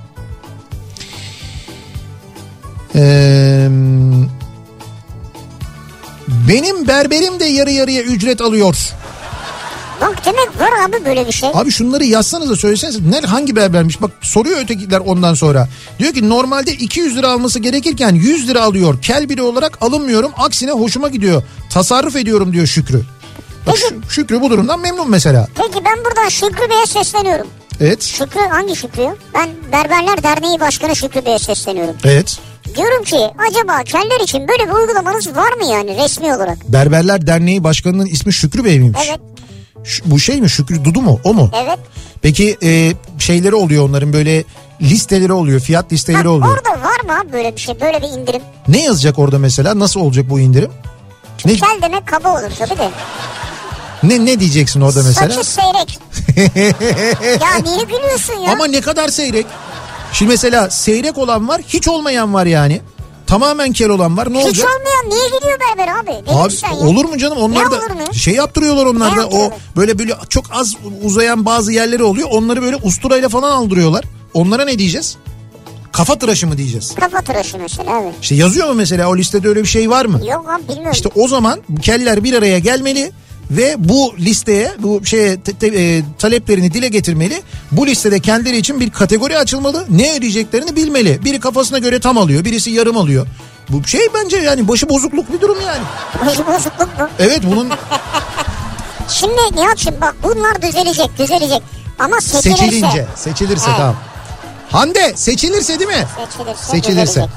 C: Benim berberim de yarı yarıya ücret alıyor.
D: Bak demek var abi böyle bir şey.
C: Abi şunları yazsanıza, söyleseniz. Hangi berbermiş? Bak soruyor ötekiler ondan sonra. Diyor ki normalde 200 lira alması gerekirken 100 lira alıyor. Kel biri olarak alınmıyorum. Aksine hoşuma gidiyor. Tasarruf ediyorum diyor Şükrü. Bak Şükrü bu durumdan memnun mesela.
D: Peki ben buradan Şükrü Bey'e sesleniyorum.
C: Evet.
D: Şükrü hangi Şükrü? Ben Berberler Derneği Başkanı Şükrü Bey'e sesleniyorum.
C: Evet.
D: Diyorum ki acaba keller için böyle bir uygulamanız var mı yani resmi olarak?
C: Berberler Derneği Başkanı'nın ismi Şükrü Bey miymiş?
D: Evet.
C: Bu şey mi, Şükrü Dudu mu, o mu?
D: Evet.
C: Peki şeyleri oluyor onların, böyle listeleri oluyor, fiyat listeleri oluyor.
D: Orada var mı abi böyle bir şey, böyle bir indirim?
C: Ne yazacak orada mesela, nasıl olacak bu indirim? Ne,
D: Kel demek kaba olur tabii de.
C: ne diyeceksin orada mesela?
D: Saçı seyrek. Ya niye gülüyorsun ya?
C: Ama ne kadar seyrek. Şimdi mesela seyrek olan var, hiç olmayan var yani. Tamamen kel olan var, ne olacak?
D: Hiç olmayan niye gidiyor berber abi?
C: Abi olur mu canım, onlar da
D: olur mu?
C: şey yaptırıyorlar onlar
D: Ne
C: da, o
D: yaptırıyorlar?
C: böyle çok az uzayan bazı yerleri oluyor, onları böyle usturayla falan aldırıyorlar. Onlara ne diyeceğiz? Kafa tıraşı mı diyeceğiz?
D: Kafa tıraşı mesela evet.
C: İşte yazıyor mu mesela o listede, öyle bir şey var mı?
D: Yok abi bilmiyorum.
C: İşte o zaman bu keller bir araya gelmeli ve bu listeye, bu şeye taleplerini dile getirmeli. Bu listede kendileri için bir kategori açılmalı. Ne ödeyeceklerini bilmeli. Biri kafasına göre tam alıyor, birisi yarım alıyor. Bu şey bence yani başı bozukluk bir durum yani.
D: Başı bozukluk mu?
C: Evet bunun...
D: Şimdi Nihat'cığım bak bunlar düzelecek. Ama
C: Seçilirse
D: evet.
C: tamam. Hande seçilirse değil mi? Seçilirse.
D: Düzelecek.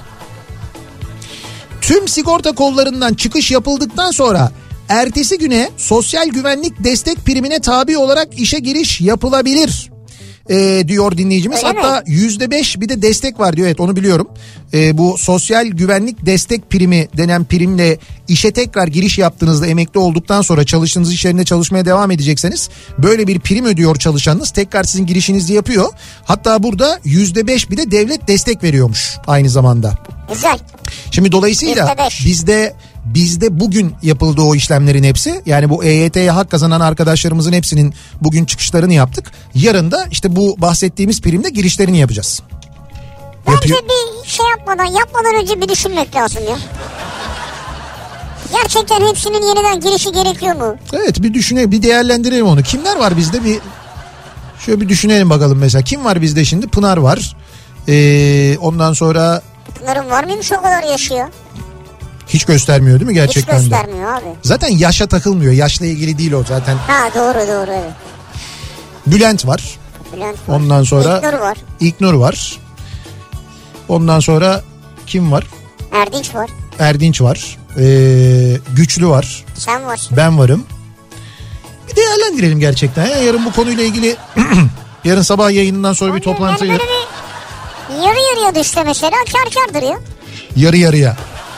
C: Tüm sigorta kollarından çıkış yapıldıktan sonra ertesi güne sosyal güvenlik destek primine tabi olarak işe giriş yapılabilir. Diyor dinleyicimiz.
D: Öyle
C: hatta %5 bir de destek var diyor. Evet onu biliyorum. Bu sosyal güvenlik destek primi denen primle işe tekrar giriş yaptığınızda, emekli olduktan sonra çalıştığınız iş yerinde çalışmaya devam edecekseniz böyle bir prim ödüyor çalışanınız. Tekrar sizin girişinizi yapıyor. Hatta burada %5 bir de devlet destek veriyormuş aynı zamanda.
D: Güzel.
C: Şimdi dolayısıyla bizde bugün yapıldı o işlemlerin hepsi. Yani bu EYT'ye hak kazanan arkadaşlarımızın hepsinin bugün çıkışlarını yaptık. Yarın da işte bu bahsettiğimiz primde girişlerini yapacağız.
D: Bence bir şey yapmadan önce bir düşünmek lazım ya. Gerçekten hepsinin yeniden girişi gerekiyor mu?
C: Evet bir düşünelim, bir değerlendirelim onu. Kimler var bizde, bir şöyle bir düşünelim bakalım mesela. Kim var bizde şimdi? Pınar var. Ondan sonra...
D: Pınar'ın var mıymış o kadar yaşıyor?
C: Hiç göstermiyor değil mi gerçekten?
D: Hiç göstermiyor abi.
C: Zaten yaşa takılmıyor. Yaşla ilgili değil o zaten.
D: Ha doğru evet.
C: Bülent var. Ondan sonra İlknur var. Ondan sonra kim var? Erdinç var. Güçlü var.
D: Sen varsın.
C: Ben varım. Bir değerlendirelim gerçekten. Ya, yarın bu konuyla ilgili yarın sabah yayınından sonra bir toplantı.
D: Böyle bir yarı yarıya düşse mesela kârdır ya.
C: Yarı yarıya.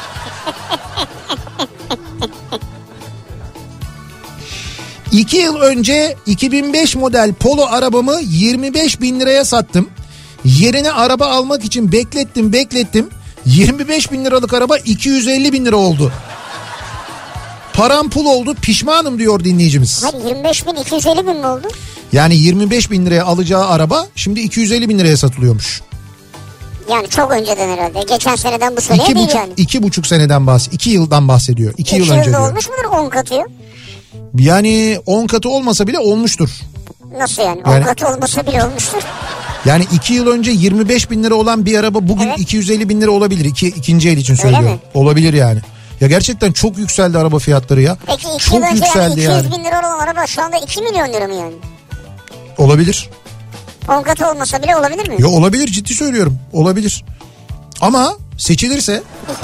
C: İki yıl önce 2005 model Polo arabamı 25 bin liraya sattım. Yerine araba almak için beklettim. 25 bin liralık araba 250 bin lira oldu. Param pul oldu, pişmanım diyor dinleyicimiz.
D: Hayır 25 bin 250 bin mi oldu?
C: Yani 25 bin liraya alacağı araba şimdi 250 bin liraya satılıyormuş.
D: Yani çok önceden herhalde. Geçen seneden bu seneye değil yani.
C: 2,5 seneden 2 yıldan bahsediyor. 2 yıl önce diyor.
D: olmuş mudur 10 katı?
C: Yani 10 katı olmasa bile olmuştur.
D: Nasıl yani? 10 katı olmasa bile olmuştur.
C: Yani 2 yıl önce 25 bin lira olan bir araba bugün 250 bin lira olabilir. İkinci el için söylüyorum. Olabilir yani. Ya gerçekten çok yükseldi araba fiyatları ya.
D: Peki 2 yıl
C: çok
D: önce
C: yükseldi
D: yani 200
C: yani.
D: bin lira olan araba şu anda 2 milyon lira mı yani?
C: Olabilir.
D: 10 katı olmasa bile olabilir mi?
C: Ya olabilir, ciddi söylüyorum. Olabilir. Ama seçilirse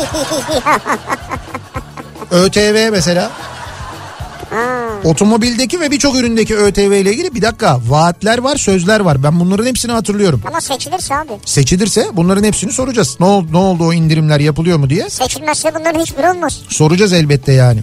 C: ÖTV mesela, otomobildeki ve birçok üründeki ÖTV ile ilgili bir dakika vaatler var, sözler var. Ben bunların hepsini hatırlıyorum.
D: Ama seçilirse abi.
C: Seçilirse bunların hepsini soracağız. Ne oldu o indirimler yapılıyor mu diye.
D: Seçilmezse bunların hiçbiri olmaz.
C: Soracağız elbette yani.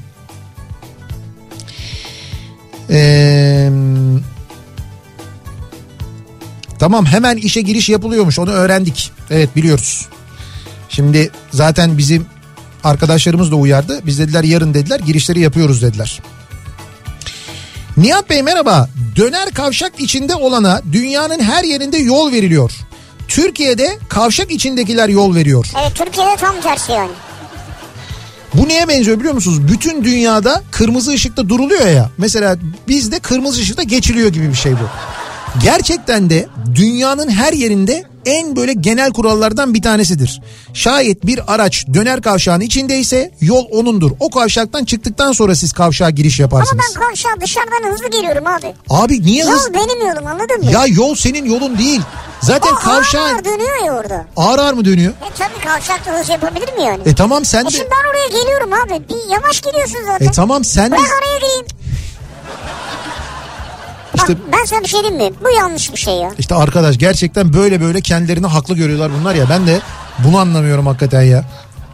C: Tamam, hemen işe giriş yapılıyormuş, onu öğrendik. Evet, biliyoruz. Şimdi zaten bizim arkadaşlarımız da uyardı. Biz dediler yarın dediler girişleri yapıyoruz dediler. Nihat Bey merhaba. Döner kavşak içinde olana dünyanın her yerinde yol veriliyor. Türkiye'de kavşak içindekiler yol veriyor.
D: Evet, Türkiye'de tam tersi yani.
C: Bu neye benziyor biliyor musunuz? Bütün dünyada kırmızı ışıkta duruluyor ya. Mesela bizde kırmızı ışıkta geçiliyor gibi bir şey bu. Gerçekten de dünyanın her yerinde en böyle genel kurallardan bir tanesidir. Şayet bir araç döner kavşağın içindeyse yol onundur. O kavşaktan çıktıktan sonra siz kavşağa giriş yaparsınız.
D: Ama ben kavşağa dışarıdan hızlı geliyorum abi.
C: Abi niye
D: Yol benim yolum, anladın mı?
C: Ya yol senin yolun değil. Zaten kavşağın...
D: Ağır dönüyor ya orada.
C: Ağır mı dönüyor?
D: Tabii kavşakta hız yapabilir mi yani?
C: Tamam sen de...
D: Şimdi ben oraya geliyorum abi. Bir yavaş gidiyorsun zaten.
C: Tamam sen de...
D: Bırak oraya gireyim. İşte, bak, ben sana bir şey diyeyim mi? Bu yanlış bir şey ya.
C: İşte arkadaş gerçekten böyle kendilerini haklı görüyorlar bunlar ya. Ben de bunu anlamıyorum hakikaten ya.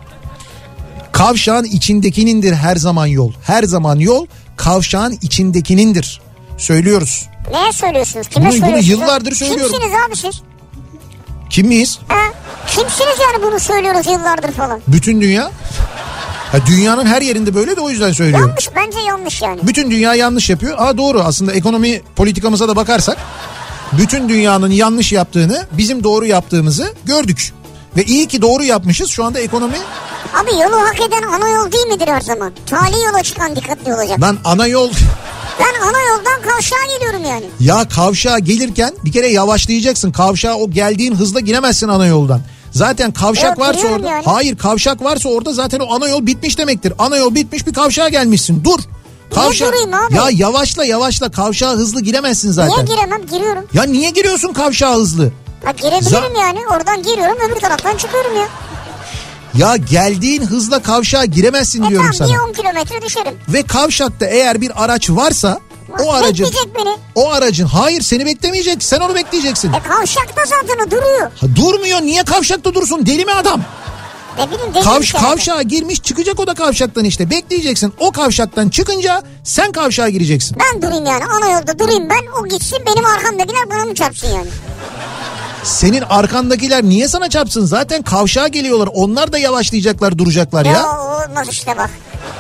C: Kavşağın içindekinindir her zaman yol. Her zaman yol kavşağın içindekinindir. Söylüyoruz.
D: Neye söylüyorsunuz? Kime
C: bunu
D: söylüyorsunuz?
C: Yıllardır söylüyorum.
D: Kimsiniz abi siz?
C: Kim miyiz?
D: Kimsiniz yani bunu söylüyoruz yıllardır falan?
C: Bütün dünya. Dünyanın her yerinde böyle de o yüzden söylüyorum.
D: Yanlış, bence yanlış yani.
C: Bütün dünya yanlış yapıyor. Doğru, aslında ekonomi politikamıza da bakarsak bütün dünyanın yanlış yaptığını, bizim doğru yaptığımızı gördük. Ve iyi ki doğru yapmışız, şu anda ekonomi...
D: Abi yolu hak eden ana yol değil midir her zaman? Tali yola çıkan dikkatli olacak.
C: Ben ana yol...
D: Ben ana yoldan kavşağa geliyorum yani.
C: Ya kavşağa gelirken bir kere yavaşlayacaksın. Kavşağa o geldiğin hızla giremezsin ana yoldan. Zaten kavşak varsa orada...
D: Yani.
C: Hayır, kavşak varsa orada zaten o ana yol bitmiş demektir. Ana yol bitmiş, bir kavşağa gelmişsin. Dur.
D: Niye durayım abi?
C: Ya yavaşla kavşağa hızlı giremezsin zaten.
D: Niye giremem? Giriyorum.
C: Ya niye giriyorsun kavşağa hızlı?
D: Girebilirim yani. Oradan giriyorum, öbür taraftan çıkıyorum ya.
C: Ya geldiğin hızla kavşağa giremezsin diyorum sana.
D: Tamam, bir 10 kilometre düşerim.
C: Ve kavşakta eğer bir araç varsa o aracın...
D: Bekleyecek beni.
C: O aracın... Hayır, seni beklemeyecek. Sen onu bekleyeceksin.
D: Kavşakta zaten o duruyor.
C: Durmuyor. Niye kavşakta dursun? Deli mi adam?
D: Ne bileyim,
C: kavşağa girmiş, çıkacak o da kavşaktan işte. Bekleyeceksin. O kavşaktan çıkınca sen kavşağa gireceksin.
D: Ben durayım yani. Ana yolda durayım ben. O gitsin, benim arkamdakiler bana mı çarpsın yani?
C: Senin arkandakiler niye sana çarpsın? Zaten kavşağa geliyorlar. Onlar da yavaşlayacaklar, duracaklar ya.
D: Ya olmaz işte bak.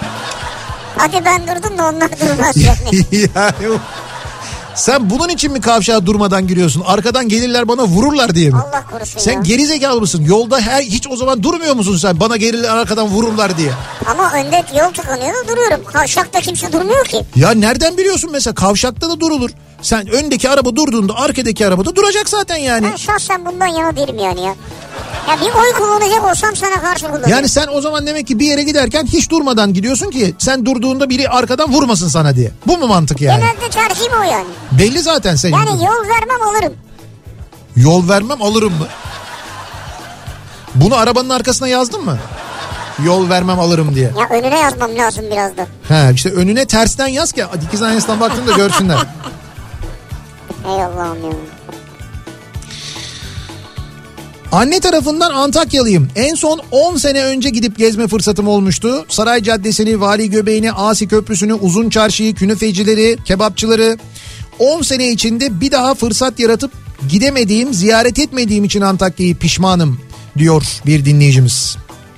D: Hadi ben durdum da onlar durmaz yani.
C: Yani sen bunun için mi kavşağa durmadan giriyorsun? Arkadan gelirler bana vururlar diye mi?
D: Allah korusun
C: sen
D: ya.
C: gerizekalı mısın? Yolda hiç o zaman durmuyor musun sen? Bana gelirler arkadan vururlar diye.
D: Ama önde yol tıkanıyor da duruyorum. Kavşakta kimse durmuyor ki.
C: Ya nereden biliyorsun mesela? Kavşakta da durulur. Sen öndeki araba durduğunda arkadaki araba da duracak zaten yani.
D: Ben şahsen bundan yana değilim yani ya. Ya bir oy kullanacak olsam sana karşı kullanırım.
C: Yani sen o zaman demek ki bir yere giderken hiç durmadan gidiyorsun ki sen durduğunda biri arkadan vurmasın sana diye. Bu mu mantık yani?
D: Genelde tercihim o yani.
C: Belli zaten senin.
D: Yani yol vermem alırım.
C: Yol vermem alırım mı? Bunu arabanın arkasına yazdın mı? Yol vermem alırım diye.
D: Ya önüne yazmam lazım biraz da.
C: İşte önüne tersten yaz ki dikiz aynasından baktığında görsünler.
D: Ey Allah'ım ya.
C: Anne tarafından Antakyalıyım. En son 10 sene önce gidip gezme fırsatım olmuştu. Saray Caddesi'ni, Vali Göbeği'ni, Asi Köprüsü'nü, Uzun Çarşı'yı, künefecileri, kebapçıları. 10 sene içinde bir daha fırsat yaratıp gidemediğim, ziyaret etmediğim için Antakya'yı pişmanım diyor bir dinleyicimiz.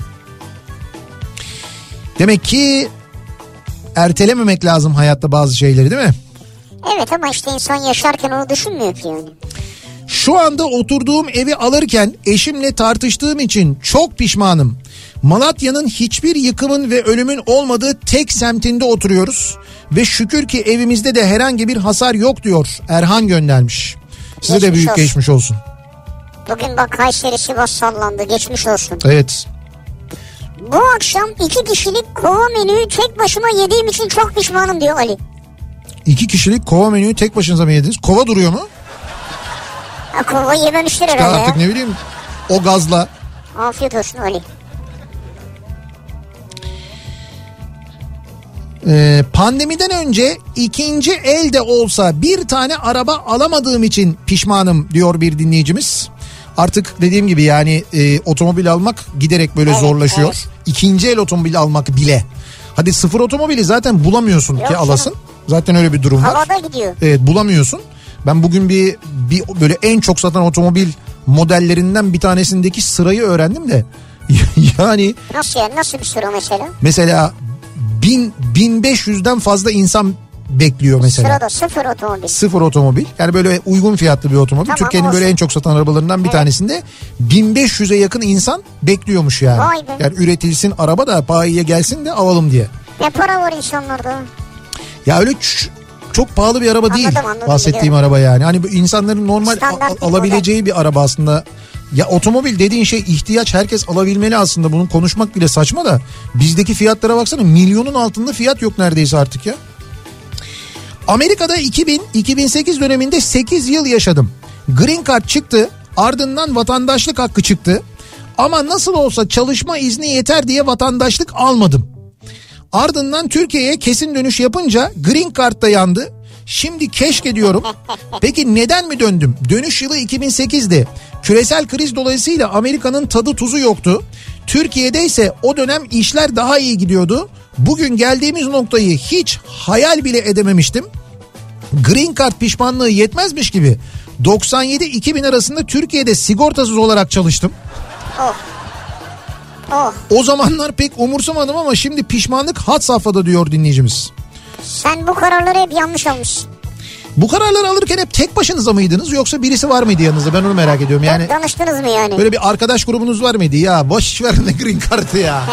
C: Demek ki ertelememek lazım hayatta bazı şeyleri, değil mi?
D: Evet ama işte insan yaşarken onu düşünmüyor ki yani.
C: Şu anda oturduğum evi alırken eşimle tartıştığım için çok pişmanım. Malatya'nın hiçbir yıkımın ve ölümün olmadığı tek semtinde oturuyoruz. Ve şükür ki evimizde de herhangi bir hasar yok diyor. Erhan göndermiş. Size geçmiş de büyük olsun. Geçmiş olsun.
D: Bugün bak Kayseri, Sivas sallandı, geçmiş olsun.
C: Evet.
D: Bu akşam 2 kişilik kova menüyü tek başıma yediğim için çok pişmanım diyor Ali.
C: 2 kişilik kova menüyü tek başınıza mı yediniz? Kova duruyor mu?
D: Ha, kova yememiştir
C: İşte
D: herhalde
C: artık
D: ya.
C: ne bileyim o gazla.
D: Afiyet olsun Ali.
C: Pandemiden önce ikinci elde olsa bir tane araba alamadığım için pişmanım diyor bir dinleyicimiz. Artık dediğim gibi yani otomobil almak giderek böyle zorlaşıyor.
D: Evet.
C: İkinci el otomobil almak bile. Hadi sıfır otomobili zaten bulamıyorsun
D: Yok
C: ki
D: canım.
C: alasın. Zaten öyle bir durum var.
D: Havada gidiyor.
C: Evet, bulamıyorsun. Ben bugün bir böyle en çok satan otomobil modellerinden bir tanesindeki sırayı öğrendim de. Yani
D: Nasıl yani? Nasıl bir sıra mesela?
C: mesela 1500'den fazla insan bekliyor mesela.
D: Sırada sıfır otomobil.
C: Sıfır otomobil. Yani böyle uygun fiyatlı bir otomobil.
D: Tamam,
C: Türkiye'nin böyle
D: olsun.
C: en çok satan arabalarından bir tanesinde 1500'e yakın insan bekliyormuş yani.
D: Vay be.
C: Yani üretilsin araba da pahalıya gelsin de alalım diye.
D: Ne para var insanlarda?
C: Ya öyle çok pahalı bir araba değil
D: Anladım,
C: bahsettiğim
D: biliyorum.
C: araba yani. Hani bu insanların normal
D: Standart bir
C: alabileceği bir araba aslında. Ya otomobil dediğin şey ihtiyaç, herkes alabilmeli aslında, bunu konuşmak bile saçma da bizdeki fiyatlara baksana, milyonun altında fiyat yok neredeyse artık ya. Amerika'da 2000-2008 döneminde 8 yıl yaşadım. Green Card çıktı, ardından vatandaşlık hakkı çıktı. Ama nasıl olsa çalışma izni yeter diye vatandaşlık almadım. Ardından Türkiye'ye kesin dönüş yapınca Green Card da yandı. Şimdi keşke diyorum. Peki neden mi döndüm? Dönüş yılı 2008'di. Küresel kriz dolayısıyla Amerika'nın tadı tuzu yoktu. Türkiye'de ise o dönem işler daha iyi gidiyordu. Bugün geldiğimiz noktayı hiç hayal bile edememiştim. Green Card pişmanlığı yetmezmiş gibi 97-2000 arasında Türkiye'de sigortasız olarak çalıştım.
D: Oh. Oh.
C: O zamanlar pek umursamadım ama şimdi pişmanlık had safhada diyor dinleyicimiz.
D: Sen bu kararları hep yanlış almışsın.
C: Bu kararları alırken hep tek başınıza mıydınız yoksa birisi var mıydı yanınızda? Ben onu merak ediyorum. Yani
D: Danıştınız mı yani?
C: böyle bir arkadaş grubunuz var mıydı? Ya boş ver ne green card'ı ya.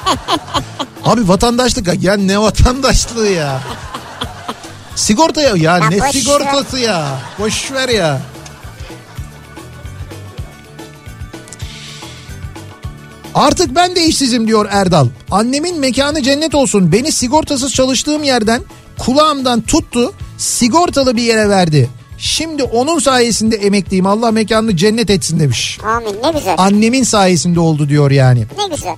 C: Abi vatandaşlık ya, ne vatandaşlığı ya. Sigorta ya ne
D: boş
C: sigortası ya. Boş ver ya. Artık ben de işsizim diyor Erdal. Annemin mekanı cennet olsun. Beni sigortasız çalıştığım yerden kulağımdan tuttu. Sigortalı bir yere verdi. Şimdi onun sayesinde emekliyim. Allah mekanını cennet etsin demiş.
D: Amin, ne güzel.
C: Annemin sayesinde oldu diyor yani.
D: Ne güzel.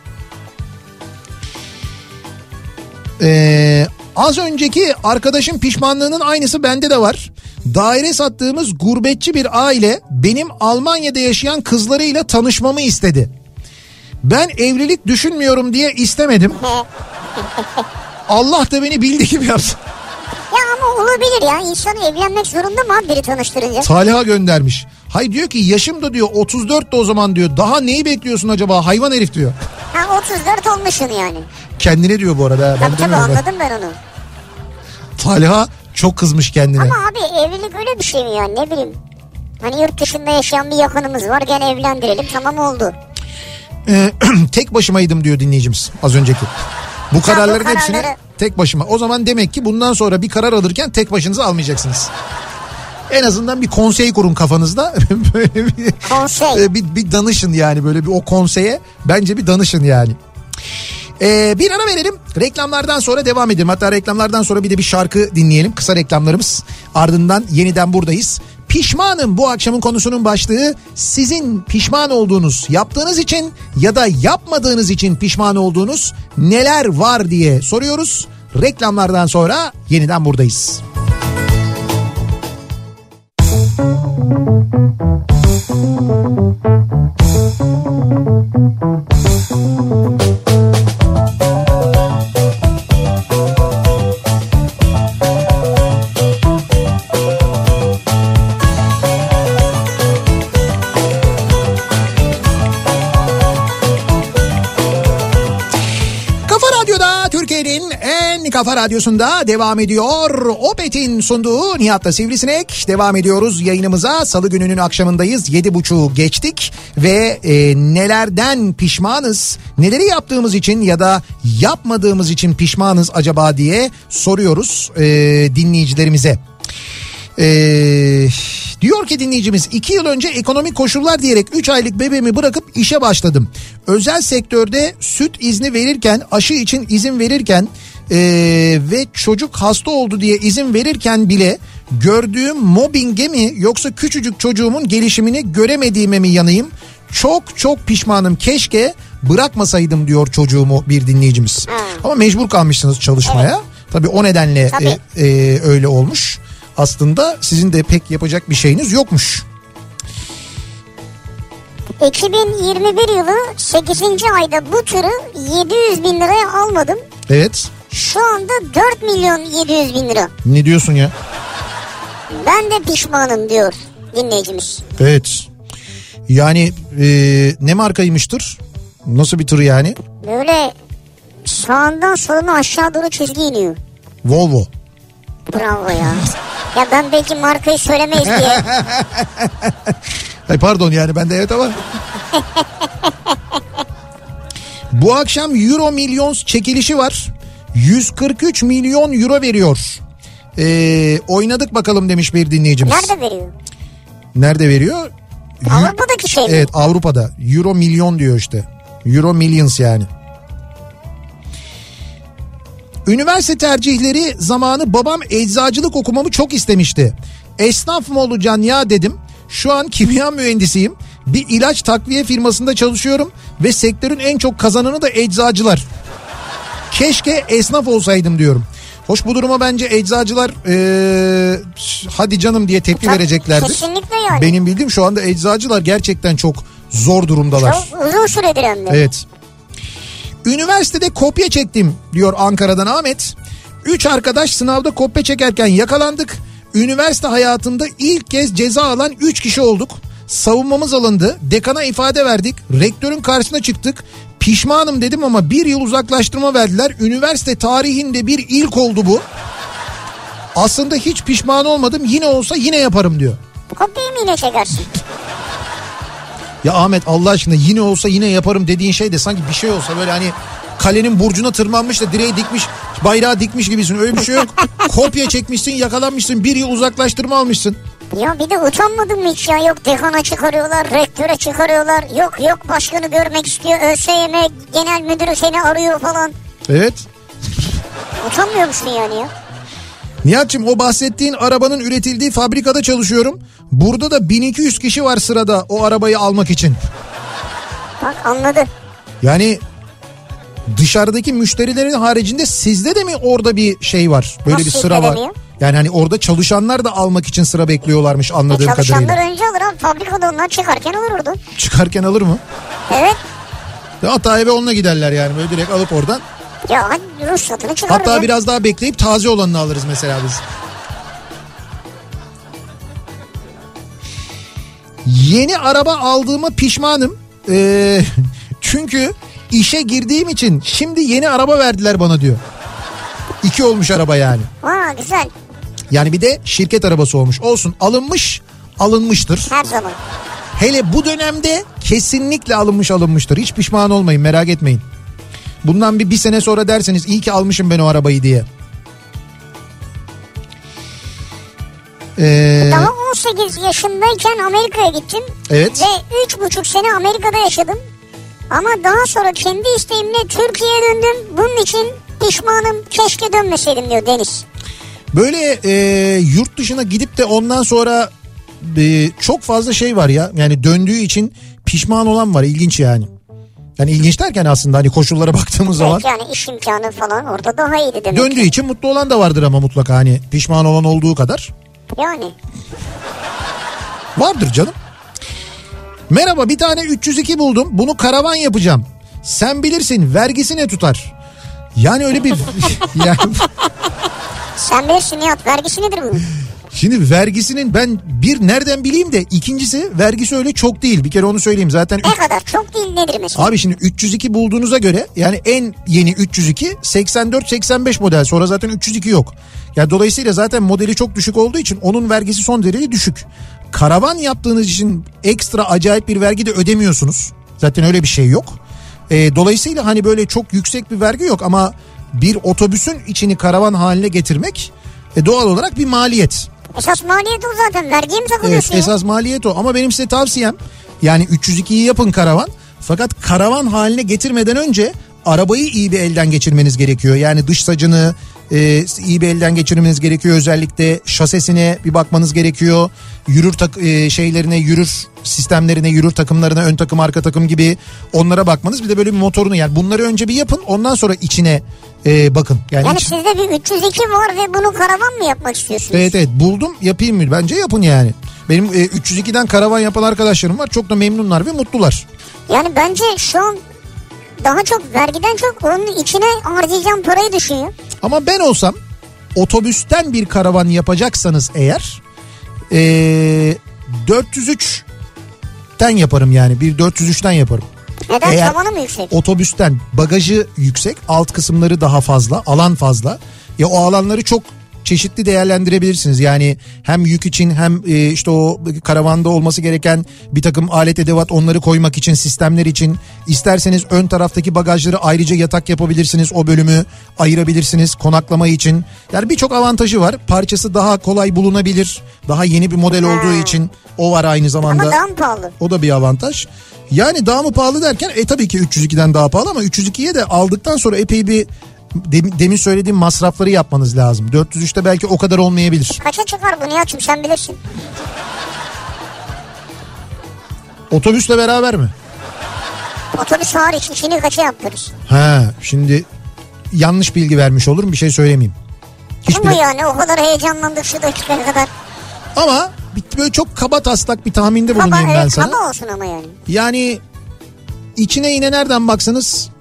C: Az önceki arkadaşın pişmanlığının aynısı bende de var. Daire sattığımız gurbetçi bir aile benim Almanya'da yaşayan kızlarıyla tanışmamı istedi. Ben evlilik düşünmüyorum diye istemedim. Allah da beni bildiği gibi yapsın.
D: Ya ama olabilir ya. İnsan evlenmek zorunda mı abi biri tanıştırınca?
C: Talha göndermiş. Hay diyor ki yaşım da diyor 34 de o zaman diyor. Daha neyi bekliyorsun acaba hayvan herif diyor.
D: Ha 34 olmuşsun yani.
C: Kendine diyor bu arada. Ben
D: Tabii
C: demiyorum.
D: anladım ben onu.
C: Talha çok kızmış kendine.
D: Ama abi evlilik öyle bir şey mi yani, ne bileyim. Hani yurt dışında yaşayan bir yakınımız var, gene evlendirelim, tamam oldu.
C: Tek başımaydım diyor dinleyicimiz az önceki. Bu kararların
D: kararları-
C: hepsini tek başıma. O zaman demek ki bundan sonra bir karar alırken tek başınıza almayacaksınız. En azından bir konsey kurun kafanızda. Böyle bir,
D: Konsey.
C: bir danışın yani, böyle bir o konseye bence bir danışın yani. Bir ara verelim. Reklamlardan sonra devam edelim. Hatta reklamlardan sonra bir de bir şarkı dinleyelim. Kısa reklamlarımız. Ardından yeniden buradayız. Pişmanım bu akşamın konusunun başlığı. Sizin pişman olduğunuz, yaptığınız için ya da yapmadığınız için pişman olduğunuz neler var diye soruyoruz. Reklamlardan sonra yeniden buradayız. Kafa Radyosu'nda devam ediyor. Opet'in sunduğu Nihat'la Sivrisinek. Devam ediyoruz yayınımıza. Salı gününün akşamındayız. 7.30 geçtik ve nelerden pişmanız? Neleri yaptığımız için ya da yapmadığımız için pişmanız acaba diye soruyoruz dinleyicilerimize. Diyor ki dinleyicimiz 2 yıl önce ekonomik koşullar diyerek 3 aylık bebeğimi bırakıp işe başladım. Özel sektörde süt izni verirken, aşı için izin verirken ve çocuk hasta oldu diye izin verirken bile gördüğüm mobbinge mi yoksa küçücük çocuğumun gelişimini göremediğime mi yanayım? Çok çok pişmanım, keşke bırakmasaydım diyor çocuğumu bir dinleyicimiz. Ama mecbur kalmışsınız çalışmaya. Evet. Tabii o nedenle öyle olmuş. Aslında sizin de pek yapacak bir şeyiniz yokmuş.
D: 2021 yılı 8. ayda bu tırı 700 bin liraya almadım.
C: Evet.
D: Şu anda 4 milyon 700 bin lira.
C: Ne diyorsun ya?
D: Ben de pişmanım diyor dinleyicimiz.
C: Evet. Yani ne markaymıştır? Nasıl bir tır yani?
D: Böyle sağından soluna aşağı doğru çizgi iniyor.
C: Volvo.
D: Bravo ya. Ya ben belki markayı söylemeyiz diye.
C: Ay pardon yani ben de evet ama. Bu akşam Euro Millions çekilişi var. 143 milyon euro veriyor. Oynadık bakalım demiş bir dinleyicimiz.
D: Nerede veriyor?
C: Nerede veriyor?
D: Avrupa'daki şey mi?
C: Evet, Avrupa'da. Euro milyon diyor işte. Euro Millions yani. Üniversite tercihleri zamanı babam eczacılık okumamı çok istemişti. Esnaf mı olacaksın ya dedim. Şu an kimya mühendisiyim. Bir ilaç takviye firmasında çalışıyorum ve sektörün en çok kazananı da eczacılar. Keşke esnaf olsaydım diyorum. Hoş, bu duruma bence eczacılar hadi canım diye tepki vereceklerdir.
D: Kesinlikle yani.
C: Benim bildiğim şu anda eczacılar gerçekten çok zor durumdalar.
D: Çok uzun süredir hem de.
C: Evet. Üniversitede kopya çektim diyor Ankara'dan Ahmet. 3 arkadaş sınavda kopya çekerken yakalandık. Üniversite hayatında ilk kez ceza alan 3 kişi olduk. Savunmamız alındı. Dekana ifade verdik. Rektörün karşısına çıktık. Pişmanım dedim ama 1 yıl uzaklaştırma verdiler. Üniversite tarihinde bir ilk oldu bu. Aslında hiç pişman olmadım. Yine olsa yine yaparım diyor.
D: Kopyayı mı yine çekersin?
C: Ya Ahmet Allah aşkına yine olsa yine yaparım dediğin şey de sanki bir şey olsa böyle hani kalenin burcuna tırmanmış da direği dikmiş, bayrağı dikmiş gibisin. Öyle bir şey yok. Kopya çekmişsin, yakalanmışsın, 1 yıl uzaklaştırma almışsın.
D: Ya bir de utanmadın mı hiç ya? Yok dekana çıkarıyorlar, rektöre çıkarıyorlar. Yok başkanı görmek istiyor. ÖSYM genel müdürü seni arıyor falan.
C: Evet.
D: Utanmıyor musun yani ya?
C: Nihat'cığım, o bahsettiğin arabanın üretildiği fabrikada çalışıyorum. Burada da 1200 kişi var sırada o arabayı almak için.
D: Bak anladı.
C: Yani dışarıdaki müşterilerin haricinde sizde de mi orada bir şey var? Böyle
D: nasıl
C: bir sıra var.
D: Demiyor?
C: Yani hani orada çalışanlar da almak için sıra bekliyorlarmış anladığım kadarıyla.
D: Çalışanlar önce alır abi, fabrikada onlar çıkarken alır orada.
C: Çıkarken alır mı?
D: Evet.
C: Hatta eve onunla giderler yani, böyle direkt alıp oradan.
D: Ya hadi ruhsatını çıkarırız.
C: Hatta biraz daha bekleyip taze olanını alırız mesela biz. Yeni araba aldığıma pişmanım. Çünkü işe girdiğim için şimdi yeni araba verdiler bana diyor. 2 olmuş araba yani.
D: Ha güzel.
C: Yani bir de şirket arabası olmuş. Olsun, alınmıştır.
D: Her zaman.
C: Hele bu dönemde kesinlikle alınmıştır. Hiç pişman olmayın, merak etmeyin. Bundan bir sene sonra derseniz iyi ki almışım ben o arabayı diye.
D: Daha 18 yaşındayken Amerika'ya gittim.
C: Evet.
D: Ve 3,5 sene Amerika'da yaşadım. Ama daha sonra kendi isteğimle Türkiye'ye döndüm. Bunun için pişmanım, keşke dönmeseydim diyor Deniz.
C: Böyle yurt dışına gidip de ondan sonra çok fazla şey var ya. Yani döndüğü için pişman olan var, ilginç yani. Yani ilginç derken aslında hani koşullara baktığımız zaman.
D: Yani iş imkanı falan orada daha iyiydi demek.
C: Döndüğü için mutlu olan da vardır ama mutlaka, hani pişman olan olduğu kadar.
D: Yani.
C: Vardır canım. Merhaba, bir tane 302 buldum. Bunu karavan yapacağım. Sen bilirsin, vergisi ne tutar? Yani öyle bir... yani...
D: Sen bilirsin Nihat, vergisi nedir bunun?
C: Şimdi vergisinin ben bir nereden bileyim de, ikincisi vergisi öyle çok değil. Bir kere onu söyleyeyim zaten.
D: Ne kadar çok değil, nedir mesela?
C: Abi şimdi 302 bulduğunuza göre yani en yeni 302 84-85 model, sonra zaten 302 yok. Yani dolayısıyla zaten modeli çok düşük olduğu için onun vergisi son derece düşük. Karavan yaptığınız için ekstra acayip bir vergi de ödemiyorsunuz. Zaten öyle bir şey yok. Dolayısıyla hani böyle çok yüksek bir vergi yok ama bir otobüsün içini karavan haline getirmek doğal olarak bir maliyet.
D: Esas maliyet o zaten. Vergiye mi
C: Evet,
D: takılıyorsun ya?
C: esas maliyet o. Ama benim size tavsiyem, yani 302'yi yapın karavan. Fakat karavan haline getirmeden önce arabayı iyi bir elden geçirmeniz gerekiyor. Yani dış sacını iyi bir elden geçirmeniz gerekiyor. Özellikle şasesine bir bakmanız gerekiyor. Yürür şeylerine, yürür sistemlerine, yürür takımlarına, ön takım, arka takım gibi onlara bakmanız. Bir de böyle bir motorunu, yani bunları önce bir yapın, ondan sonra içine bakın.
D: Yani sizde bir 302 var ve bunu karavan mı yapmak istiyorsunuz?
C: Evet buldum, yapayım mı? Bence yapın yani. Benim 302'den karavan yapan arkadaşlarım var. Çok da memnunlar ve mutlular.
D: Yani bence şu an daha çok vergiden çok onun içine harcayacağım parayı düşünüyor.
C: Ama ben olsam otobüsten bir karavan yapacaksanız eğer 403'ten yaparım yani. Bir 403'ten yaparım.
D: Neden?
C: Eğer
D: Tavanı mı yüksek?
C: otobüsten bagajı yüksek, alt kısımları daha fazla, alan fazla. Ya o alanları çok çeşitli değerlendirebilirsiniz. Yani hem yük için hem işte o karavanda olması gereken bir takım alet edevat, onları koymak için, sistemler için. İsterseniz ön taraftaki bagajları ayrıca yatak yapabilirsiniz. O bölümü ayırabilirsiniz konaklama için. Yani birçok avantajı var. Parçası daha kolay bulunabilir. Daha yeni bir model olduğu için o var aynı zamanda.
D: Ama daha mı pahalı?
C: O da bir avantaj. Yani daha mı pahalı derken tabii ki 302'den daha pahalı, ama 302'ye de aldıktan sonra epey bir demin söylediğim masrafları yapmanız lazım. 403'te belki o kadar olmayabilir.
D: Kaça çıkar bu Nihat'cığım, sen bilirsin.
C: Otobüsle beraber mi?
D: Otobüs hariç işini kaça yaptırırız?
C: Şimdi yanlış bilgi vermiş olurum, bir şey söylemeyeyim.
D: Ama yani o kadar heyecanlandık şu dakikaya kadar.
C: Ama böyle çok kaba taslak bir tahminde bulunayım ben sana.
D: Kaba olsun ama yani.
C: Yani içine yine nereden baksanız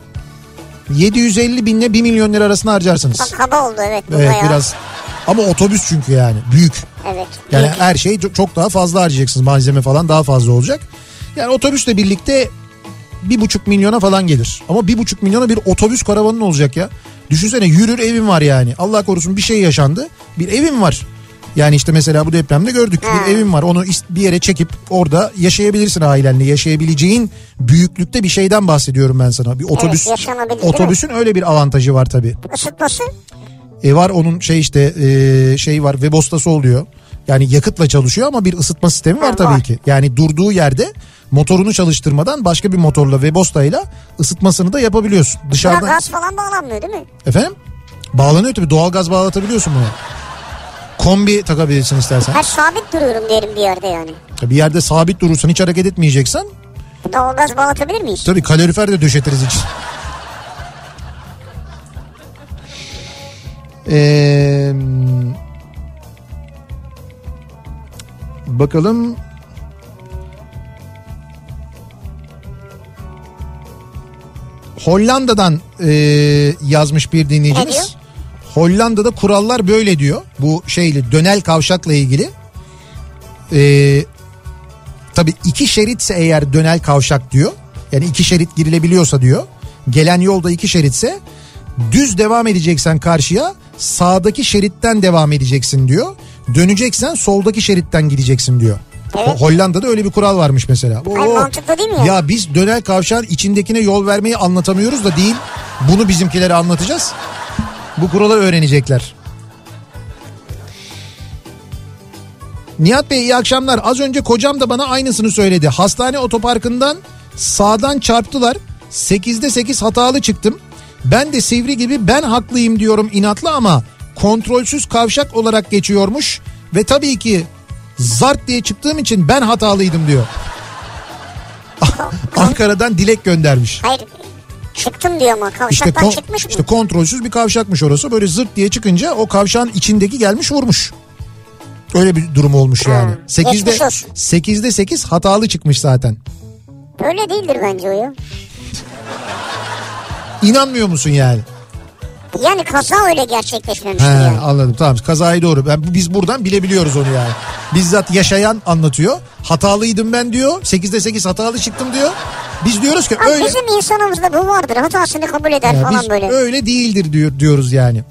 C: 750 binle 1 milyon lira arasında harcarsınız.
D: Bak kaba oldu evet.
C: Evet bayağı. Biraz. Ama otobüs çünkü yani büyük.
D: Evet.
C: Yani
D: büyük.
C: her şey çok daha fazla harcayacaksınız. Malzeme falan daha fazla olacak. Yani otobüsle birlikte 1,5 milyona falan gelir. Ama 1,5 milyona bir otobüs karavanın olacak ya. Düşünsene, yürür evim var yani. Allah korusun bir şey yaşandı. Bir evim var. Yani işte mesela bu depremde gördük. Bir evim var. Onu bir yere çekip orada yaşayabilirsin ailenle. Yaşayabileceğin büyüklükte bir şeyden bahsediyorum ben sana. Bir otobüs.
D: Evet,
C: otobüsün öyle bir avantajı var tabii.
D: Isıtması?
C: Var onun şey var, Webostası oluyor. Yani yakıtla çalışıyor ama bir ısıtma sistemi var tabii ki. Yani durduğu yerde motorunu çalıştırmadan başka bir motorla, Webosta'yla ısıtmasını da yapabiliyorsun. Dışarıdan.
D: Gaz falan bağlanmıyor değil mi?
C: Efendim? Bağlanıyor tabii, doğalgaz bağlatabiliyorsun bunu. Kombi takabilirsin istersen.
D: Her sabit duruyorum diyelim bir yerde yani.
C: Bir yerde sabit durursan, hiç hareket etmeyeceksen.
D: Doğalgaz bağlatabilir miyiz?
C: Tabii kalorifer de döşetiriz hiç. Bakalım. Hollanda'dan yazmış bir dinleyicimiz. Hollanda'da kurallar böyle diyor. Bu dönel kavşakla ilgili. Tabii 2 şeritse eğer dönel kavşak diyor. Yani 2 şerit girilebiliyorsa diyor. Gelen yolda 2 şeritse düz devam edeceksen karşıya, sağdaki şeritten devam edeceksin diyor. Döneceksen soldaki şeritten gideceksin diyor. Evet. Hollanda'da öyle bir kural varmış mesela.
D: Mantıklı değil mi ya?
C: Ya biz dönel kavşağın içindekine yol vermeyi anlatamıyoruz da değil. Bunu bizimkilere anlatacağız. Bu kuralı öğrenecekler. Nihat Bey iyi akşamlar. Az önce kocam da bana aynısını söyledi. Hastane otoparkından sağdan çarptılar. 8'de 8 hatalı çıktım. Ben de sivri gibi ben haklıyım diyorum inatla ama kontrolsüz kavşak olarak geçiyormuş. Ve tabii ki zart diye çıktığım için ben hatalıydım diyor. Ankara'dan Dilek göndermiş.
D: Hayır. Çıktım diyor ama kavşaktan çıkmış mı?
C: İşte kontrolsüz bir kavşakmış orası. Böyle zırt diye çıkınca o kavşağın içindeki gelmiş vurmuş. Öyle bir durum olmuş yani. 8'de 8 hatalı çıkmış zaten.
D: Öyle değildir bence o ya.
C: İnanmıyor musun yani?
D: Yani kaza öyle gerçekleşmemiş yani.
C: Anladım, tamam, kazayı doğru. Biz buradan bilebiliyoruz onu yani. Bizzat yaşayan anlatıyor. Hatalıydım ben diyor. 8'de 8 hatalı çıktım diyor. Biz diyoruz ki öyle.
D: Bizim insanımızda bu vardır. Hatasını kabul eder falan
C: biz
D: böyle.
C: Öyle değildir diyoruz yani.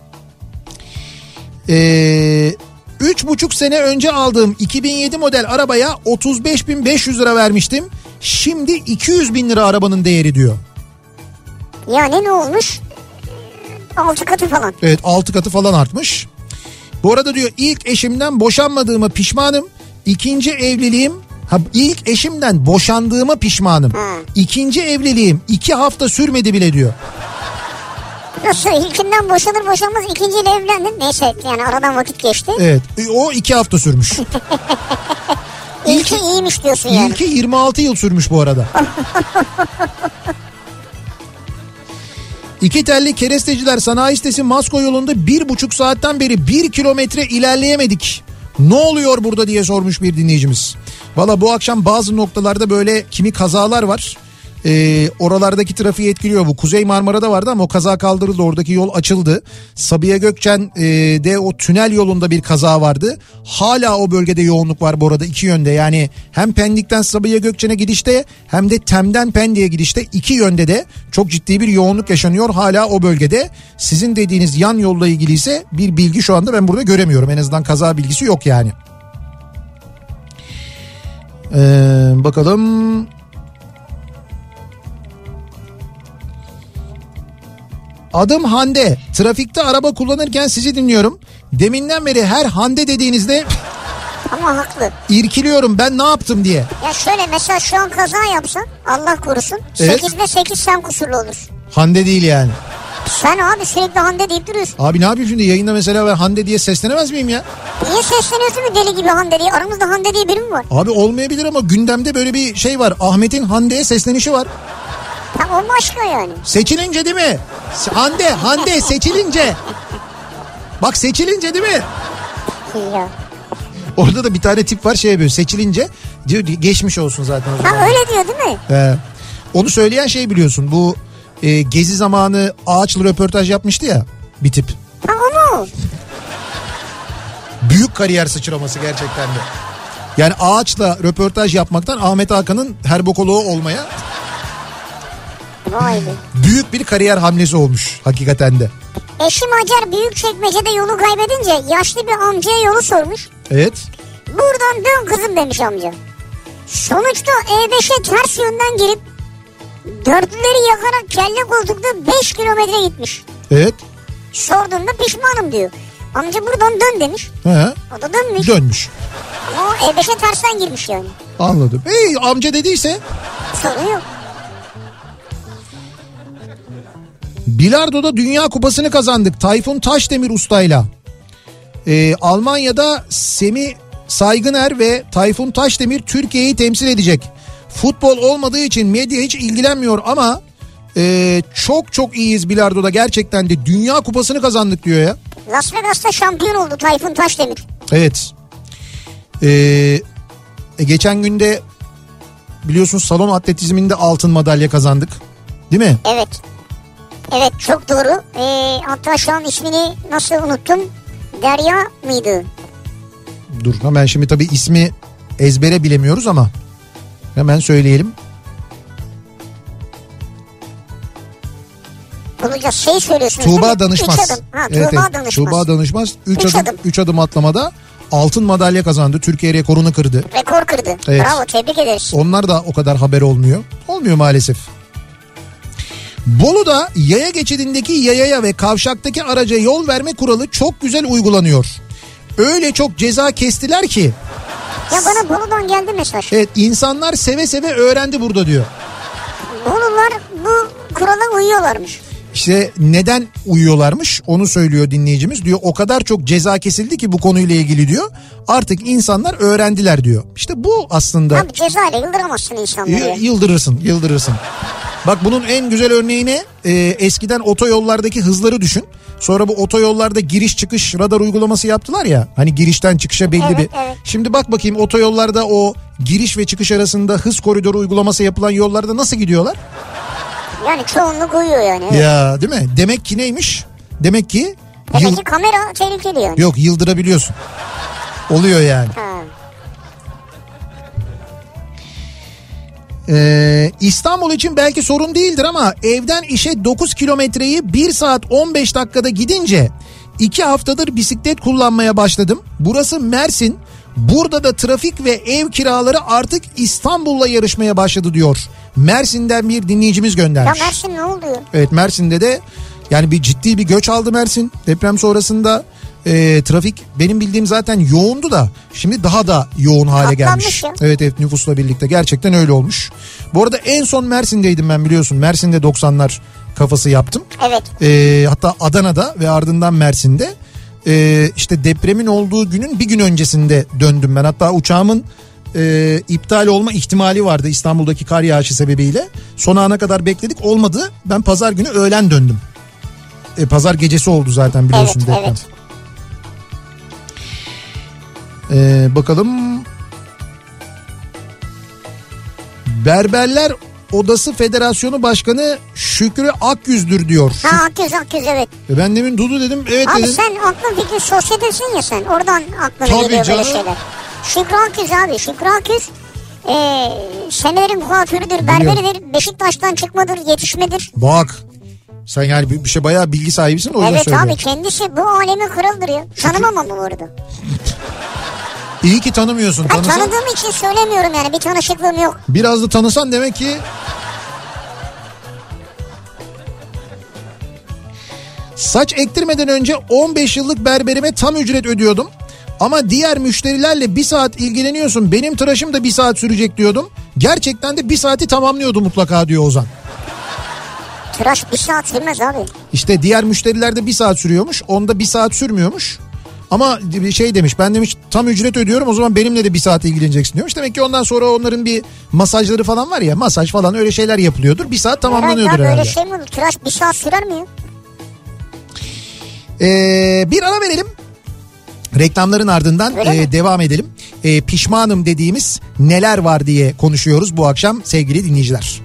C: 3,5 sene önce aldığım 2007 model arabaya 35.500 lira vermiştim. Şimdi 200.000 lira arabanın değeri diyor.
D: Yani ne olmuş? 6 katı falan.
C: Evet, 6 katı falan artmış. Bu arada diyor ilk eşimden boşanmadığıma pişmanım. İlk eşimden boşandığıma pişmanım. İkinci evliliğim 2 hafta sürmedi bile diyor.
D: Nasıl ilkinden boşanır boşanmaz ikinciyle evlendin. Neyse yani aradan vakit geçti.
C: Evet o 2 hafta sürmüş.
D: İlki iyiymiş diyorsun yani.
C: İlki 26 yıl sürmüş bu arada. İki telli keresteciler sanayi sitesi Masko yolunda 1,5 saatten beri 1 kilometre ilerleyemedik. Ne oluyor burada diye sormuş bir dinleyicimiz. Valla bu akşam bazı noktalarda böyle kimi kazalar var. Oralardaki trafiği etkiliyor. Bu Kuzey Marmara'da vardı ama o kaza kaldırıldı. Oradaki yol açıldı. Sabiha Gökçen'de o tünel yolunda bir kaza vardı. Hala o bölgede yoğunluk var bu arada 2 yönde. Yani hem Pendik'ten Sabiha Gökçen'e gidişte hem de Tem'den Pendik'e gidişte 2 yönde de çok ciddi bir yoğunluk yaşanıyor. Hala o bölgede. Sizin dediğiniz yan yolla ilgili ise bir bilgi şu anda ben burada göremiyorum. En azından kaza bilgisi yok yani. Bakalım... Adım Hande. Trafikte araba kullanırken sizi dinliyorum. Deminden beri her Hande dediğinizde
D: ama haklı.
C: İrkiliyorum ben ne yaptım diye.
D: Ya şöyle mesela şu an kaza yapsan Allah korusun.
C: Evet.
D: 8'de 8 sen kusurlu olursun.
C: Hande değil yani.
D: Sen abi sürekli Hande deyip duruyorsun.
C: Abi ne yapayım şimdi yayında mesela ben Hande diye seslenemez miyim ya?
D: Niye sesleniyorsun mu deli gibi Hande diye? Aramızda Hande diye biri mi var?
C: Abi olmayabilir ama gündemde böyle bir şey var. Ahmet'in Hande'ye seslenişi var.
D: Ya o başka yani.
C: Seçilince değil mi? Hande seçilince. Bak seçilince değil mi?
D: Ya.
C: Orada da bir tane tip var şey yapıyor. Seçilince diyor geçmiş olsun zaten. O zaman.
D: Ha öyle diyor değil mi?
C: Onu söyleyen şey biliyorsun bu gezi zamanı ağaçlı röportaj yapmıştı ya bir tip.
D: Ha o mu?
C: Büyük kariyer sıçraması gerçekten de. Yani ağaçla röportaj yapmaktan Ahmet Hakan'ın herbokoloğu olmaya
D: vay be.
C: Büyük bir kariyer hamlesi olmuş hakikaten de.
D: Eşim Hacer Büyükçekmece'de yolu kaybedince yaşlı bir amcaya yolu sormuş.
C: Evet.
D: Buradan dön kızım demiş amca. Sonuçta E5'e ters yönden girip dörtlüleri yakarak kelle koltukta 5 kilometre gitmiş.
C: Evet.
D: Sorduğunda pişmanım diyor. Amca buradan dön demiş.
C: He.
D: O da dönmüş.
C: Dönmüş.
D: Ama E5'e tersten girmiş yani.
C: Anladım. Amca dediyse.
D: Sorun yok.
C: Bilardo'da Dünya Kupası'nı kazandık. Tayfun Taşdemir ustayla. Almanya'da Semih Saygıner ve Tayfun Taşdemir Türkiye'yi temsil edecek. Futbol olmadığı için medya hiç ilgilenmiyor ama çok iyiyiz bilardoda gerçekten de Dünya Kupası'nı kazandık diyor ya.
D: Las Vegas'ta şampiyon oldu Tayfun Taşdemir.
C: Evet. Geçen günde biliyorsunuz salon atletizminde altın madalya kazandık. Değil mi?
D: Evet. Evet çok doğru. Hatta şu an ismini nasıl unuttum? Derya mıydı?
C: Dur hemen şimdi tabii ismi ezbere bilemiyoruz ama hemen söyleyelim.
D: Bulacağız şey söylüyorsunuz.
C: Tuğba Danışmaz.
D: 3 adım. Ha,
C: evet,
D: Tuğba Danışmaz.
C: Tuğba Danışmaz 3 adım atlamada altın madalya kazandı. Türkiye rekorunu kırdı.
D: Rekor kırdı.
C: Evet.
D: Bravo tebrik ederiz.
C: Onlar da o kadar haber olmuyor. Olmuyor maalesef. Bolu'da yaya geçidindeki yayaya ve kavşaktaki araca yol verme kuralı çok güzel uygulanıyor. Öyle çok ceza kestiler ki.
D: Ya bana Bolu'dan geldi mesaj.
C: Evet insanlar seve seve öğrendi burada diyor.
D: Bolular bu kurala uyuyorlarmış.
C: İşte neden uyuyorlarmış onu söylüyor dinleyicimiz. Diyor o kadar çok ceza kesildi ki bu konuyla ilgili diyor. Artık insanlar öğrendiler diyor. İşte bu aslında.
D: Abi cezayla yıldıramazsın insanları.
C: Yıldırırsın. Bak bunun en güzel örneğini eskiden otoyollardaki hızları düşün. Sonra bu otoyollarda giriş çıkış radar uygulaması yaptılar ya. Hani girişten çıkışa belli
D: evet,
C: bir.
D: Evet.
C: Şimdi bak bakayım otoyollarda o giriş ve çıkış arasında hız koridoru uygulaması yapılan yollarda nasıl gidiyorlar?
D: Yani çoğunluk uyuyor yani. Evet.
C: Ya değil mi? Demek ki neymiş? Demek ki
D: kamera tehlikeli yani.
C: Yok yıldırabiliyorsun. Oluyor yani.
D: Ha.
C: İstanbul için belki sorun değildir ama evden işe 9 kilometreyi 1 saat 15 dakikada gidince 2 haftadır bisiklet kullanmaya başladım. Burası Mersin. Burada da trafik ve ev kiraları artık İstanbul'la yarışmaya başladı diyor. Mersin'den bir dinleyicimiz göndermiş.
D: Ya Mersin ne oluyor?
C: Evet Mersin'de de yani ciddi bir göç aldı Mersin deprem sonrasında. trafik benim bildiğim zaten yoğundu da şimdi daha da yoğun hale gelmiş.
D: Ya.
C: Evet nüfusla birlikte gerçekten öyle olmuş. Bu arada en son Mersin'deydim ben, biliyorsun. Mersin'de 90'lar kafası yaptım.
D: Evet.
C: Hatta Adana'da ve ardından Mersin'de. İşte depremin olduğu günün bir gün öncesinde döndüm ben. Hatta uçağımın iptal olma ihtimali vardı İstanbul'daki kar yağışı sebebiyle. Son ana kadar bekledik, olmadı. Ben pazar günü öğlen döndüm. Pazar gecesi oldu zaten, biliyorsun deprem.
D: Evet.
C: Bakalım. Berberler Odası Federasyonu Başkanı Şükrü Akyüz'dür diyor.
D: Ha Akyüz evet.
C: Ben demin Dudu dedim, evet
D: abi
C: dedim.
D: Sen aklın fikri sosyetesin ya sen. Oradan aklına
C: Tabii
D: geliyor
C: canım.
D: böyle şeyler. Şükrü Akyüz abi. Şükrü Akyüz senelerin kuaförüdür, berberidir. Beşiktaş'tan çıkmadır, yetişmedir.
C: Bak. Sen yani bir şey bayağı bilgi sahibisin, o yüzden
D: Evet
C: söylüyorum.
D: abi, kendisi bu alemin kralıdır ya. Tanımam ama bu arada.
C: İyi ki tanımıyorsun.
D: Tanıdığım için söylemiyorum yani, bir tanışıklığım yok.
C: Biraz da tanısan demek ki. Saç ektirmeden önce 15 yıllık berberime tam ücret ödüyordum. Ama diğer müşterilerle 1 saat ilgileniyorsun, benim tıraşım da 1 saat sürecek diyordum. Gerçekten de 1 saati tamamlıyordu mutlaka diyor Ozan.
D: Tıraş 1 saat sürmez abi.
C: İşte diğer müşterilerde 1 saat sürüyormuş, onda 1 saat sürmüyormuş. Ama şey demiş, ben demiş tam ücret ödüyorum, o zaman benimle de 1 saat ilgileneceksin diyormuş. Demek ki ondan sonra onların bir masajları falan var ya, masaj falan öyle şeyler yapılıyordur. 1 saat tamamlanıyordur herhalde.
D: Böyle şey mi olur? Tıraş 1 saat sürer mi ya?
C: Bir ara verelim. Reklamların ardından devam edelim. Pişmanım dediğimiz neler var diye konuşuyoruz bu akşam sevgili dinleyiciler.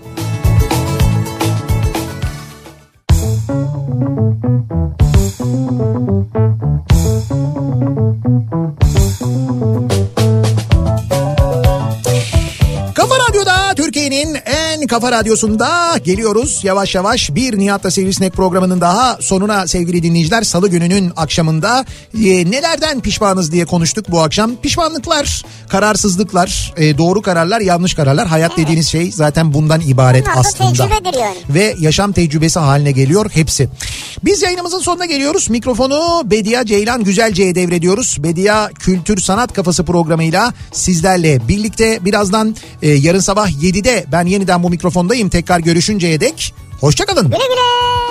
C: Kafa Radyo'da, Türkiye'nin en kafa radyosunda geliyoruz yavaş yavaş. Bir Nihat'la Sivrisinek programının daha sonuna sevgili dinleyiciler. Salı gününün akşamında nelerden pişmanız diye konuştuk bu akşam. Pişmanlıklar, kararsızlıklar, doğru kararlar, yanlış kararlar. Hayat dediğiniz şey zaten bundan ibaret aslında.
D: Yani.
C: Ve yaşam tecrübesi haline geliyor hepsi. Biz yayınımızın sonuna geliyoruz. Mikrofonu Bediye Ceylan Güzelce'ye devrediyoruz. Bediye Kültür Sanat Kafası programıyla sizlerle birlikte. Birazdan yarın sabah 7'de ben yeniden bu mikrofondayım. Tekrar görüşünceye dek hoşça kalın.
D: Güle güle.